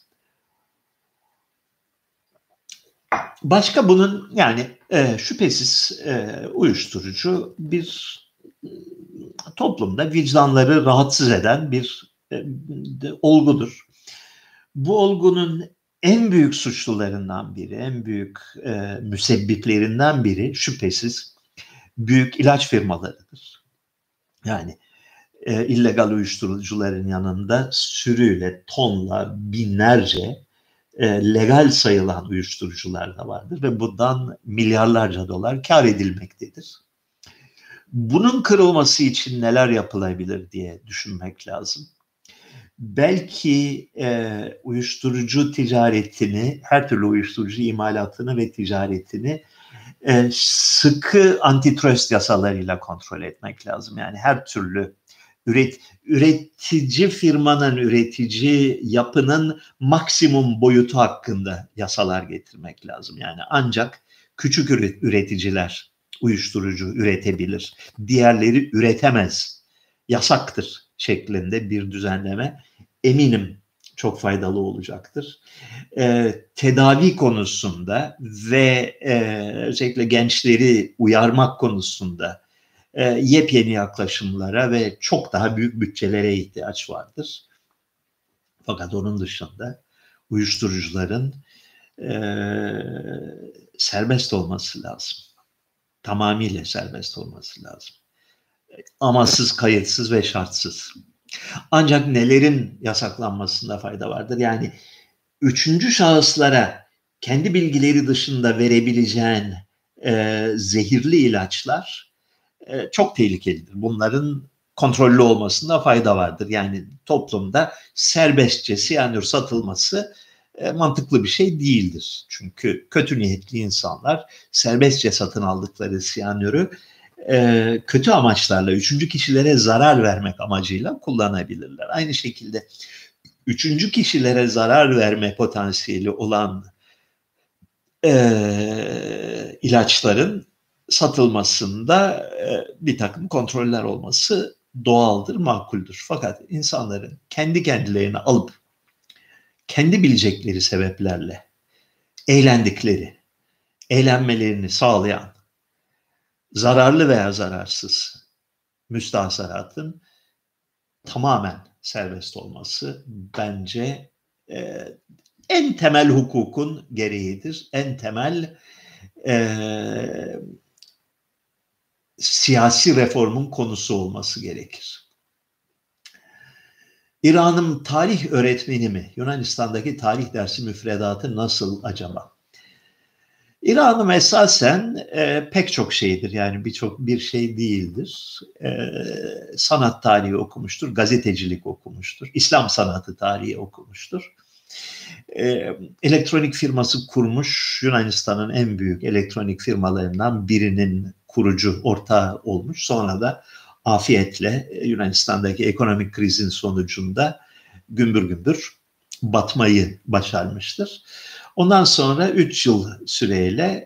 Başka bunun yani şüphesiz uyuşturucu bir toplumda vicdanları rahatsız eden bir olgudur. Bu olgunun en büyük suçlularından biri, en büyük müsebbiplerinden biri şüphesiz büyük ilaç firmalarıdır. Yani illegal uyuşturucuların yanında sürüyle, tonla, binlerce legal sayılan uyuşturucular da vardır ve bundan milyarlarca dolar kar edilmektedir. Bunun kırılması için neler yapılabilir diye düşünmek lazım. Belki uyuşturucu ticaretini, her türlü uyuşturucu imalatını ve ticaretini sıkı antitrust yasalarıyla kontrol etmek lazım. Yani her türlü üretici firmanın, üretici yapının maksimum boyutu hakkında yasalar getirmek lazım. Yani ancak küçük üreticiler uyuşturucu üretebilir. Diğerleri üretemez. Yasaktır şeklinde bir düzenleme eminim çok faydalı olacaktır. Tedavi konusunda ve özellikle gençleri uyarmak konusunda yepyeni yaklaşımlara ve çok daha büyük bütçelere ihtiyaç vardır. Fakat onun dışında uyuşturucuların serbest olması lazım. Tamamıyla serbest olması lazım. Amasız, kayıtsız ve şartsız. Ancak nelerin yasaklanmasında fayda vardır? Yani üçüncü şahıslara kendi bilgileri dışında verebileceğin zehirli ilaçlar çok tehlikelidir. Bunların kontrollü olmasında fayda vardır. Yani toplumda serbestçe siyanür satılması mantıklı bir şey değildir. Çünkü kötü niyetli insanlar serbestçe satın aldıkları siyanürü kötü amaçlarla, üçüncü kişilere zarar vermek amacıyla kullanabilirler. Aynı şekilde üçüncü kişilere zarar verme potansiyeli olan ilaçların satılmasında bir takım kontroller olması doğaldır, makuldür. Fakat insanların kendi kendilerini alıp kendi bilecekleri sebeplerle eğlendikleri, eğlenmelerini sağlayan zararlı veya zararsız müstahsaratın tamamen serbest olması bence en temel hukukun gereğidir. En temel siyasi reformun konusu olması gerekir. İran'ın tarih öğretmeni mi? Yunanistan'daki tarih dersi müfredatı nasıl acaba? İran'ım esasen pek çok şeydir. Yani bir şey değildir. Sanat tarihi okumuştur, gazetecilik okumuştur, İslam sanatı tarihi okumuştur. Elektronik firması kurmuş, Yunanistan'ın en büyük elektronik firmalarından birinin kurucu ortağı olmuş. Sonra da afiyetle Yunanistan'daki ekonomik krizin sonucunda gümbür gümbür batmayı başarmıştır. Ondan sonra 3 yıl süreyle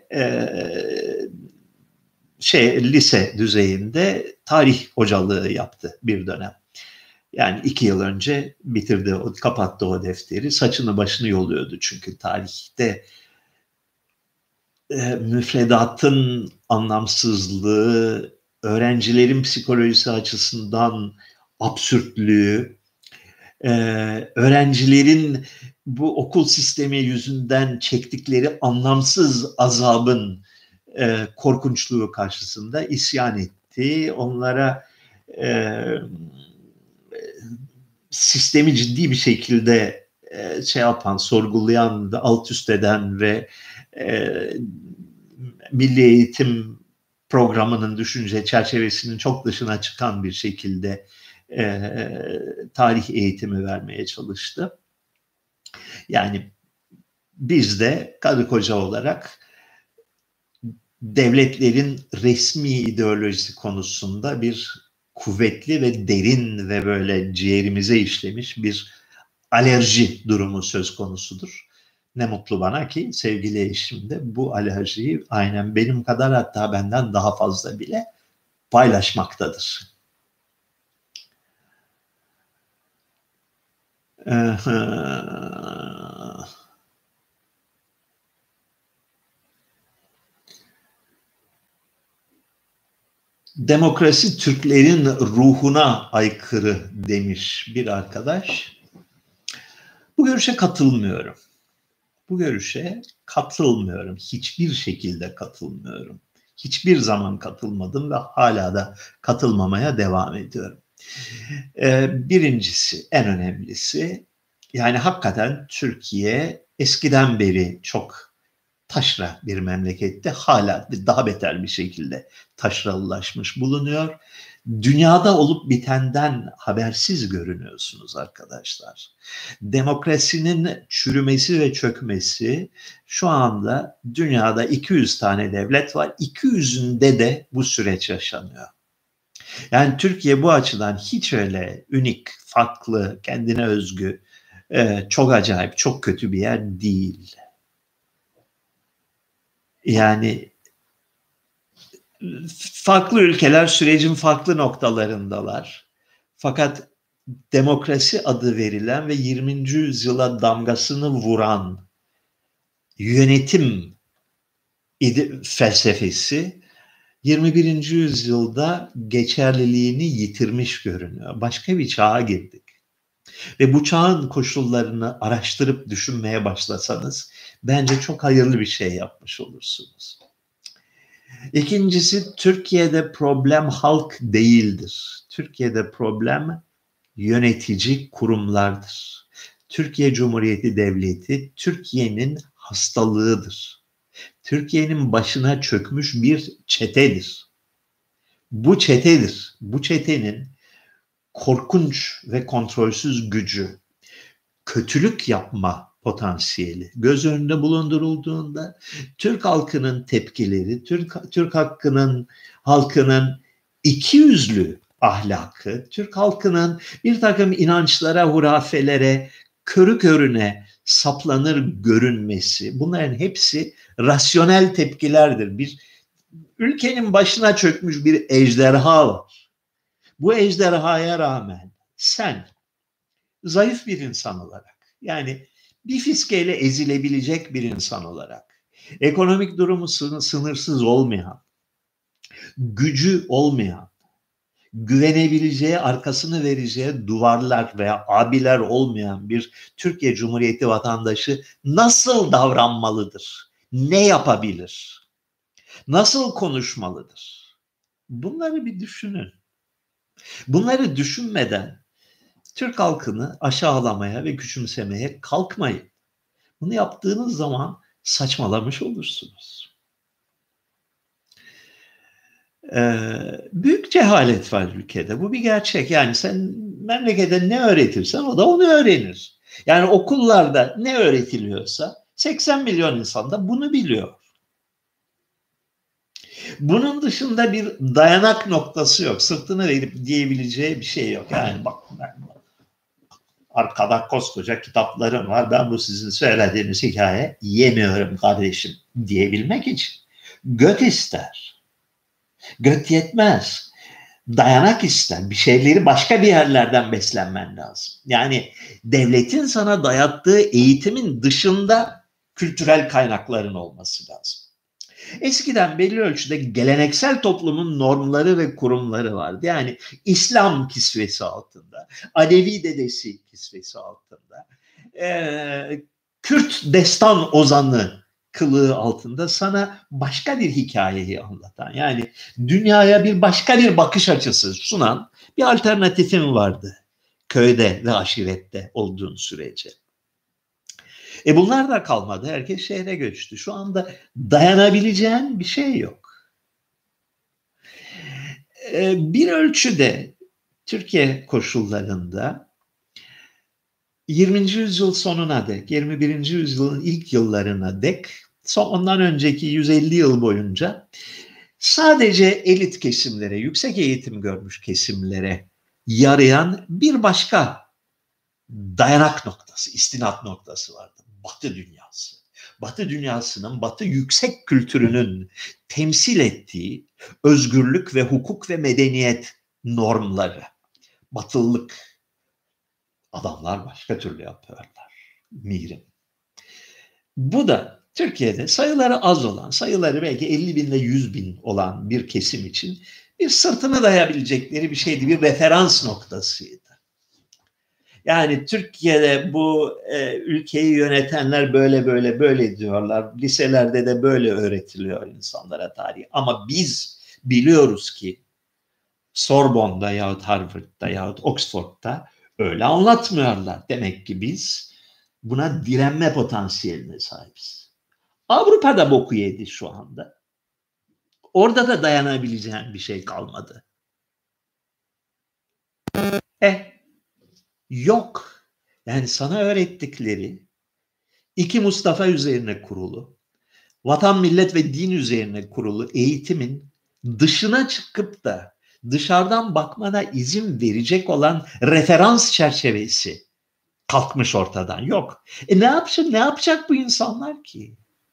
lise düzeyinde tarih hocalığı yaptı bir dönem. Yani 2 yıl önce bitirdi, kapattı o defteri. Saçını başını yoluyordu çünkü tarihte müfredatın anlamsızlığı, öğrencilerin psikolojisi açısından absürtlüğü, öğrencilerin bu okul sistemi yüzünden çektikleri anlamsız azabın korkunçluğu karşısında isyan etti. Onlara sistemi ciddi bir şekilde şey yapan, sorgulayan, alt üst eden ve milli eğitim programının düşünce çerçevesinin çok dışına çıkan bir şekilde tarih eğitimi vermeye çalıştı. Yani biz de karı koca olarak devletlerin resmi ideolojisi konusunda bir kuvvetli ve derin ve böyle ciğerimize işlemiş bir alerji durumu söz konusudur. Ne mutlu bana ki sevgili eşim de bu alerjiyi aynen benim kadar, hatta benden daha fazla bile paylaşmaktadır. Demokrasi Türklerin ruhuna aykırı demiş bir arkadaş. Bu görüşe katılmıyorum. Bu görüşe katılmıyorum. Hiçbir şekilde katılmıyorum. Hiçbir zaman katılmadım ve hala da katılmamaya devam ediyorum. Birincisi, en önemlisi, yani hakikaten Türkiye eskiden beri çok taşra bir memlekette, hala daha beter bir şekilde taşralılaşmış bulunuyor. Dünyada olup bitenden habersiz görünüyorsunuz arkadaşlar. Demokrasinin çürümesi ve çökmesi, şu anda dünyada 200 tane devlet var. 200'ünde de bu süreç yaşanıyor. Yani Türkiye bu açıdan hiç öyle unik, farklı, kendine özgü, çok acayip, çok kötü bir yer değil. Yani farklı ülkeler sürecin farklı noktalarındalar. Fakat demokrasi adı verilen ve 20. yüzyıla damgasını vuran yönetim felsefesi 21. yüzyılda geçerliliğini yitirmiş görünüyor. Başka bir çağa girdik. Ve bu çağın koşullarını araştırıp düşünmeye başlasanız bence çok hayırlı bir şey yapmış olursunuz. İkincisi, Türkiye'de problem halk değildir. Türkiye'de problem yönetici kurumlardır. Türkiye Cumhuriyeti Devleti Türkiye'nin hastalığıdır. Türkiye'nin başına çökmüş bir çetedir. Bu çetedir. Bu çetenin korkunç ve kontrolsüz gücü, kötülük yapma potansiyeli göz önünde bulundurulduğunda Türk halkının tepkileri, Türk halkının ikiyüzlü ahlakı, Türk halkının bir takım inançlara, hurafelere körü körüne saplanır görünmesi, bunların hepsi rasyonel tepkilerdir. Bir ülkenin başına çökmüş bir ejderha var. Bu ejderhaya rağmen sen zayıf bir insan olarak, yani bir fiskeyle ezilebilecek bir insan olarak, ekonomik durumu sınırsız olmayan, gücü olmayan, güvenebileceği, arkasını vereceği duvarlar veya abiler olmayan bir Türkiye Cumhuriyeti vatandaşı nasıl davranmalıdır? Ne yapabilir? Nasıl konuşmalıdır? Bunları bir düşünün. Bunları düşünmeden Türk halkını aşağılamaya ve küçümsemeye kalkmayın. Bunu yaptığınız zaman saçmalamış olursunuz. Büyük cehalet var ülkede. Bu bir gerçek. Yani sen memlekete ne öğretirsen o da onu öğrenir. Yani okullarda ne öğretiliyorsa 80 milyon insan da bunu biliyor. Bunun dışında bir dayanak noktası yok. Sırtını verip diyebileceği bir şey yok. Yani bak, arkada koskoca kitaplarım var. Ben bu sizin söylediğiniz hikaye yemiyorum kardeşim diyebilmek için göt ister. Göt yetmez. dayanak ister. Bir şeyleri başka bir yerlerden beslenmen lazım. Yani devletin sana dayattığı eğitimin dışında kültürel kaynakların olması lazım. Eskiden belli ölçüde geleneksel toplumun normları ve kurumları vardı. Yani İslam kisvesi altında, Alevi dedesi kisvesi altında, Kürt destan ozanı kılığı altında sana başka bir hikayeyi anlatan, yani dünyaya bir başka bir bakış açısı sunan bir alternatifin vardı köyde ve aşirette olduğun sürece. Bunlar da kalmadı. Herkes şehre göçtü. Şu anda dayanabileceğin bir şey yok. Bir ölçüde Türkiye koşullarında 20. yüzyıl sonuna dek, 21. yüzyılın ilk yıllarına dek, ondan önceki 150 yıl boyunca sadece elit kesimlere, yüksek eğitim görmüş kesimlere yarayan bir başka dayanak noktası, istinat noktası vardı. Batı dünyası. Batı dünyasının, Batı yüksek kültürünün temsil ettiği özgürlük ve hukuk ve medeniyet normları. Batılılık adamlar başka türlü yapıyorlar. Mirim. Bu da Türkiye'de sayıları az olan, sayıları belki 50 bin ile 100 bin olan bir kesim için bir sırtını dayayabilecekleri bir şeydi, bir referans noktasıydı. Yani Türkiye'de bu ülkeyi yönetenler böyle diyorlar. Liselerde de böyle öğretiliyor insanlara tarih. Ama biz biliyoruz ki Sorbonne'da yahut Harvard'da yahut Oxford'da öyle anlatmıyorlar. Demek ki biz buna direnme potansiyeline sahibiz. Avrupa'da boku yedi şu anda. Orada da dayanabileceğin bir şey kalmadı. Yok. Yani sana öğrettikleri iki Mustafa üzerine kurulu, vatan, millet ve din üzerine kurulu eğitimin dışına çıkıp da dışarıdan bakmana izin verecek olan referans çerçevesi kalkmış ortadan. Yok. Ne yapacak bu insanlar ki?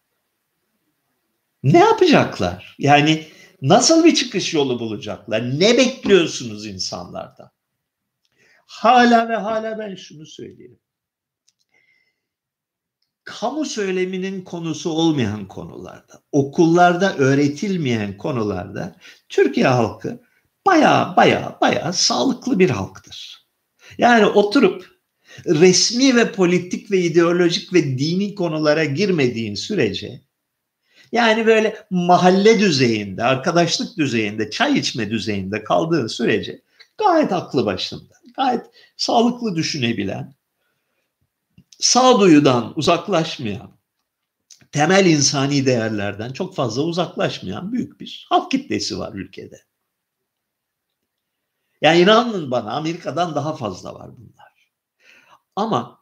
Ne yapacaklar? Yani nasıl bir çıkış yolu bulacaklar? Ne bekliyorsunuz insanlardan? Hala ben şunu söyleyeyim. Kamu söyleminin konusu olmayan konularda, okullarda öğretilmeyen konularda Türkiye halkı baya sağlıklı bir halktır. Yani oturup resmi ve politik ve ideolojik ve dini konulara girmediğin sürece, yani böyle mahalle düzeyinde, arkadaşlık düzeyinde, çay içme düzeyinde kaldığın sürece gayet aklı başında, gayet sağlıklı düşünebilen, sağduyudan uzaklaşmayan, temel insani değerlerden çok fazla uzaklaşmayan büyük bir halk kitlesi var ülkede. Yani inanın bana, Amerika'dan daha fazla var bunlar. Ama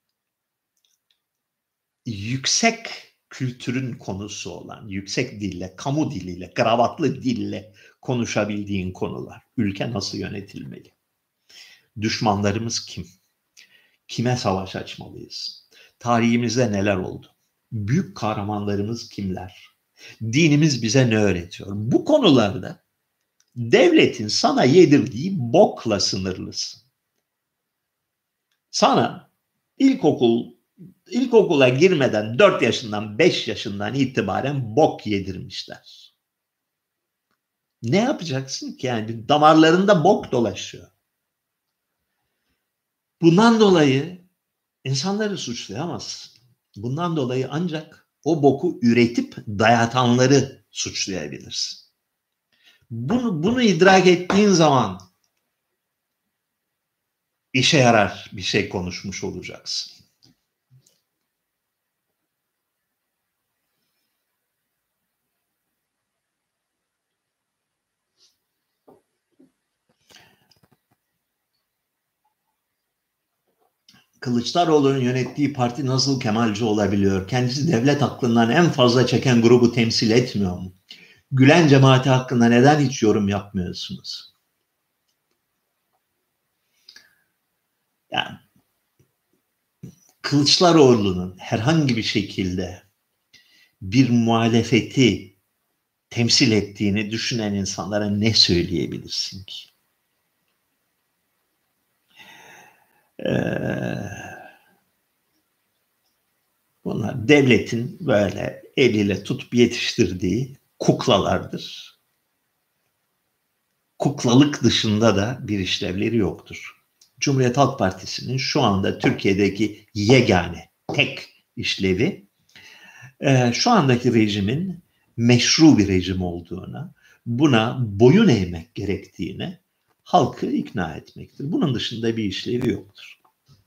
yüksek kültürün konusu olan, yüksek dille, kamu diliyle, kravatlı dille konuşabildiğin konular. Ülke nasıl yönetilmeli? Düşmanlarımız kim? Kime savaş açmalıyız? Tarihimizde neler oldu? Büyük kahramanlarımız kimler? Dinimiz bize ne öğretiyor? Bu konularda devletin sana yedirdiği bokla sınırlısın. Sana ilkokula girmeden 4 yaşından 5 yaşından itibaren bok yedirmişler. Ne yapacaksın ki yani? Damarlarında bok dolaşıyor. Bundan dolayı insanları suçlayamazsın. Bundan dolayı ancak o boku üretip dayatanları suçlayabilirsin. Bunu idrak ettiğin zaman işe yarar bir şey konuşmuş olacaksın. Kılıçdaroğlu'nun yönettiği parti nasıl Kemalci olabiliyor? Kendisi devlet aklından en fazla çeken grubu temsil etmiyor mu? Gülen cemaati hakkında neden hiç yorum yapmıyorsunuz? Yani Kılıçdaroğlu'nun herhangi bir şekilde bir muhalefeti temsil ettiğini düşünen insanlara ne söyleyebilirsin ki? Bunlar devletin böyle eliyle tutup yetiştirdiği kuklalardır. Kuklalık dışında da bir işlevleri yoktur. Cumhuriyet Halk Partisi'nin şu anda Türkiye'deki yegane, tek işlevi şu andaki rejimin meşru bir rejim olduğuna, buna boyun eğmek gerektiğine halkı ikna etmektir. Bunun dışında bir işlevi yoktur.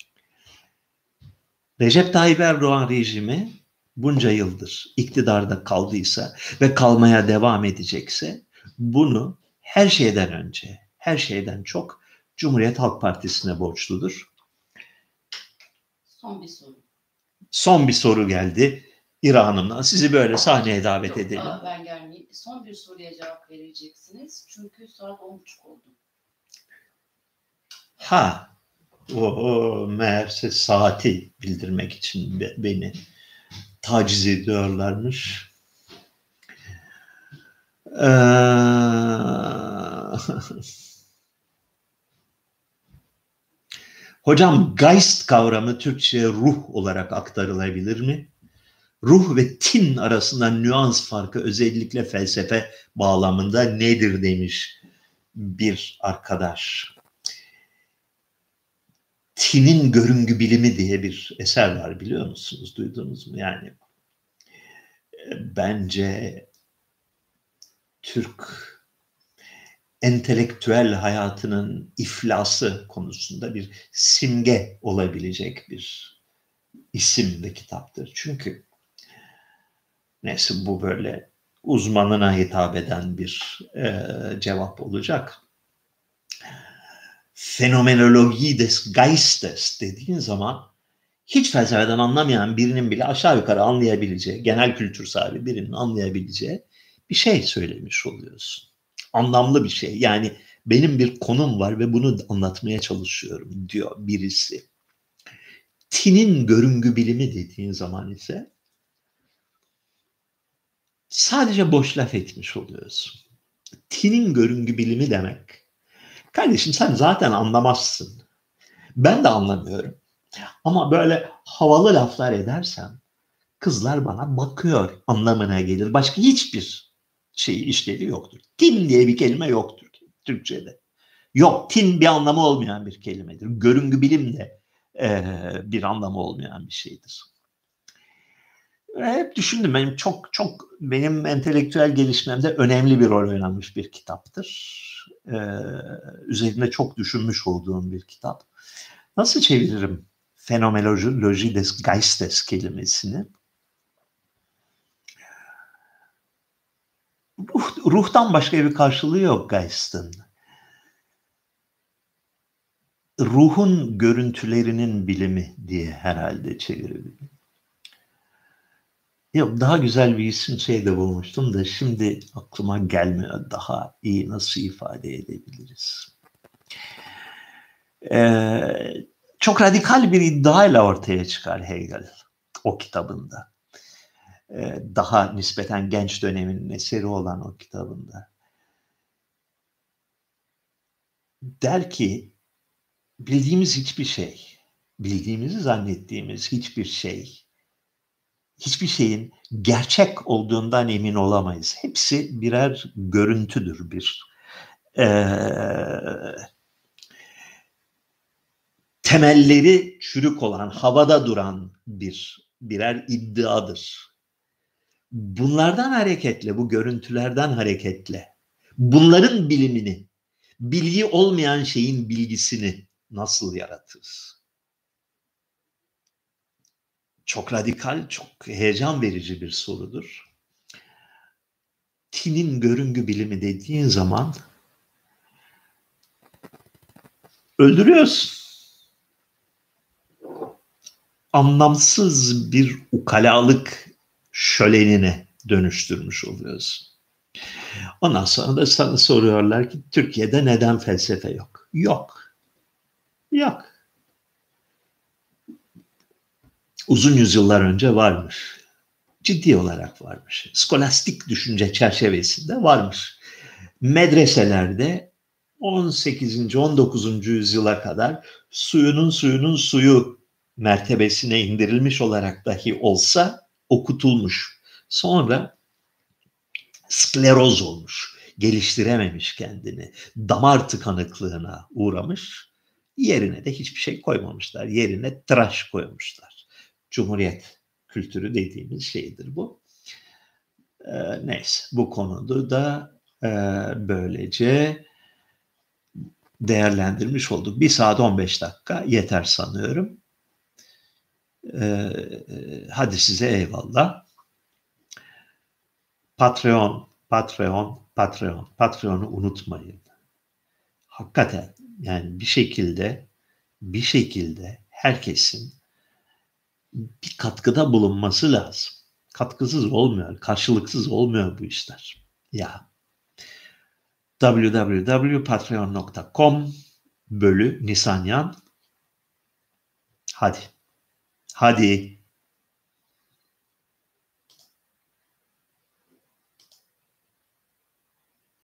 Recep Tayyip Erdoğan rejimi bunca yıldır iktidarda kaldıysa ve kalmaya devam edecekse bunu her şeyden önce, her şeyden çok Cumhuriyet Halk Partisi'ne borçludur. Son bir soru. Son bir soru geldi İra Hanım'dan. Sizi böyle sahneye davet edelim. Ben gelmeyeyim. Son bir soruya cevap vereceksiniz. Çünkü saat 10.30 oldu. Ha, o meğerse saati bildirmek için beni taciz ediyorlarmış. Hocam, Geist kavramı Türkçe'ye ruh olarak aktarılabilir mi? Ruh ve tin arasında nüans farkı özellikle felsefe bağlamında nedir demiş bir arkadaş. Tinin görüngü bilimi diye bir eser var, biliyor musunuz? Duydunuz mu? Yani bence Türk entelektüel hayatının iflası konusunda bir simge olabilecek bir isim ve kitaptır. Çünkü neyse, bu böyle uzmanına hitap eden bir cevap olacak. Fenomenologie des Geistes dediğin zaman hiç felsefeden anlamayan birinin bile aşağı yukarı anlayabileceği, genel kültür sahibi birinin anlayabileceği bir şey söylemiş oluyorsun. Anlamlı bir şey. Yani benim bir konum var ve bunu anlatmaya çalışıyorum diyor birisi. Tinin görüngü bilimi dediğin zaman ise sadece boş laf etmiş oluyorsun. Tinin görüngü bilimi demek. Kardeşim, sen zaten anlamazsın. Ben de anlamıyorum. Ama böyle havalı laflar edersem kızlar bana bakıyor anlamına gelir. Başka hiçbir işlevi yoktur. Tin diye bir kelime yoktur Türkçe'de. Yok, tin bir anlamı olmayan bir kelimedir. Görüngü bilim de bir anlamı olmayan bir şeydir. Hep düşündüm, benim entelektüel gelişmemde önemli bir rol oynamış bir kitaptır. Üzerinde çok düşünmüş olduğum bir kitap. Nasıl çeviririm fenomenoloji des Geistes kelimesini? Ruhtan başka bir karşılığı yok Geist'in. Ruhun görüntülerinin bilimi diye herhalde çevirebilirim. Yok, daha güzel bir isim de bulmuştum da şimdi aklıma gelmiyor. Daha iyi nasıl ifade edebiliriz? Çok radikal bir iddiayla ortaya çıkar Hegel o kitabında. Daha nispeten genç döneminin eseri olan o kitabında. Der ki, bildiğimiz hiçbir şey, bildiğimizi zannettiğimiz hiçbir şey, hiçbir şeyin gerçek olduğundan emin olamayız. Hepsi birer görüntüdür, bir temelleri çürük olan, havada duran birer iddiadır. Bunlardan hareketle, bu görüntülerden hareketle, bunların bilimini, bilgi olmayan şeyin bilgisini nasıl yaratırız? Çok radikal, çok heyecan verici bir sorudur. Tinin görüngü bilimi dediğin zaman öldürüyorsun. Anlamsız bir ukalalık şölenine dönüştürmüş oluyorsun. Ondan sonra da sana soruyorlar ki Türkiye'de neden felsefe yok? Yok. Yok. Uzun yüzyıllar önce varmış. ciddi olarak varmış. Skolastik düşünce çerçevesinde varmış. Medreselerde 18. 19. yüzyıla kadar suyunun suyu mertebesine indirilmiş olarak dahi olsa okutulmuş. Sonra skleroz olmuş, geliştirememiş kendini, damar tıkanıklığına uğramış, yerine de hiçbir şey koymamışlar, yerine tıraş koymuşlar. Cumhuriyet kültürü dediğimiz şeydir bu. Neyse, bu konuda da böylece değerlendirmiş olduk. 1 saat 15 dakika yeter sanıyorum. Hadi size eyvallah. Patreon'u unutmayın. Hakikaten yani bir şekilde herkesin bir katkıda bulunması lazım. Katkısız olmuyor, karşılıksız olmuyor bu işler. Ya www.patreon.com/Nisanyan. Hadi.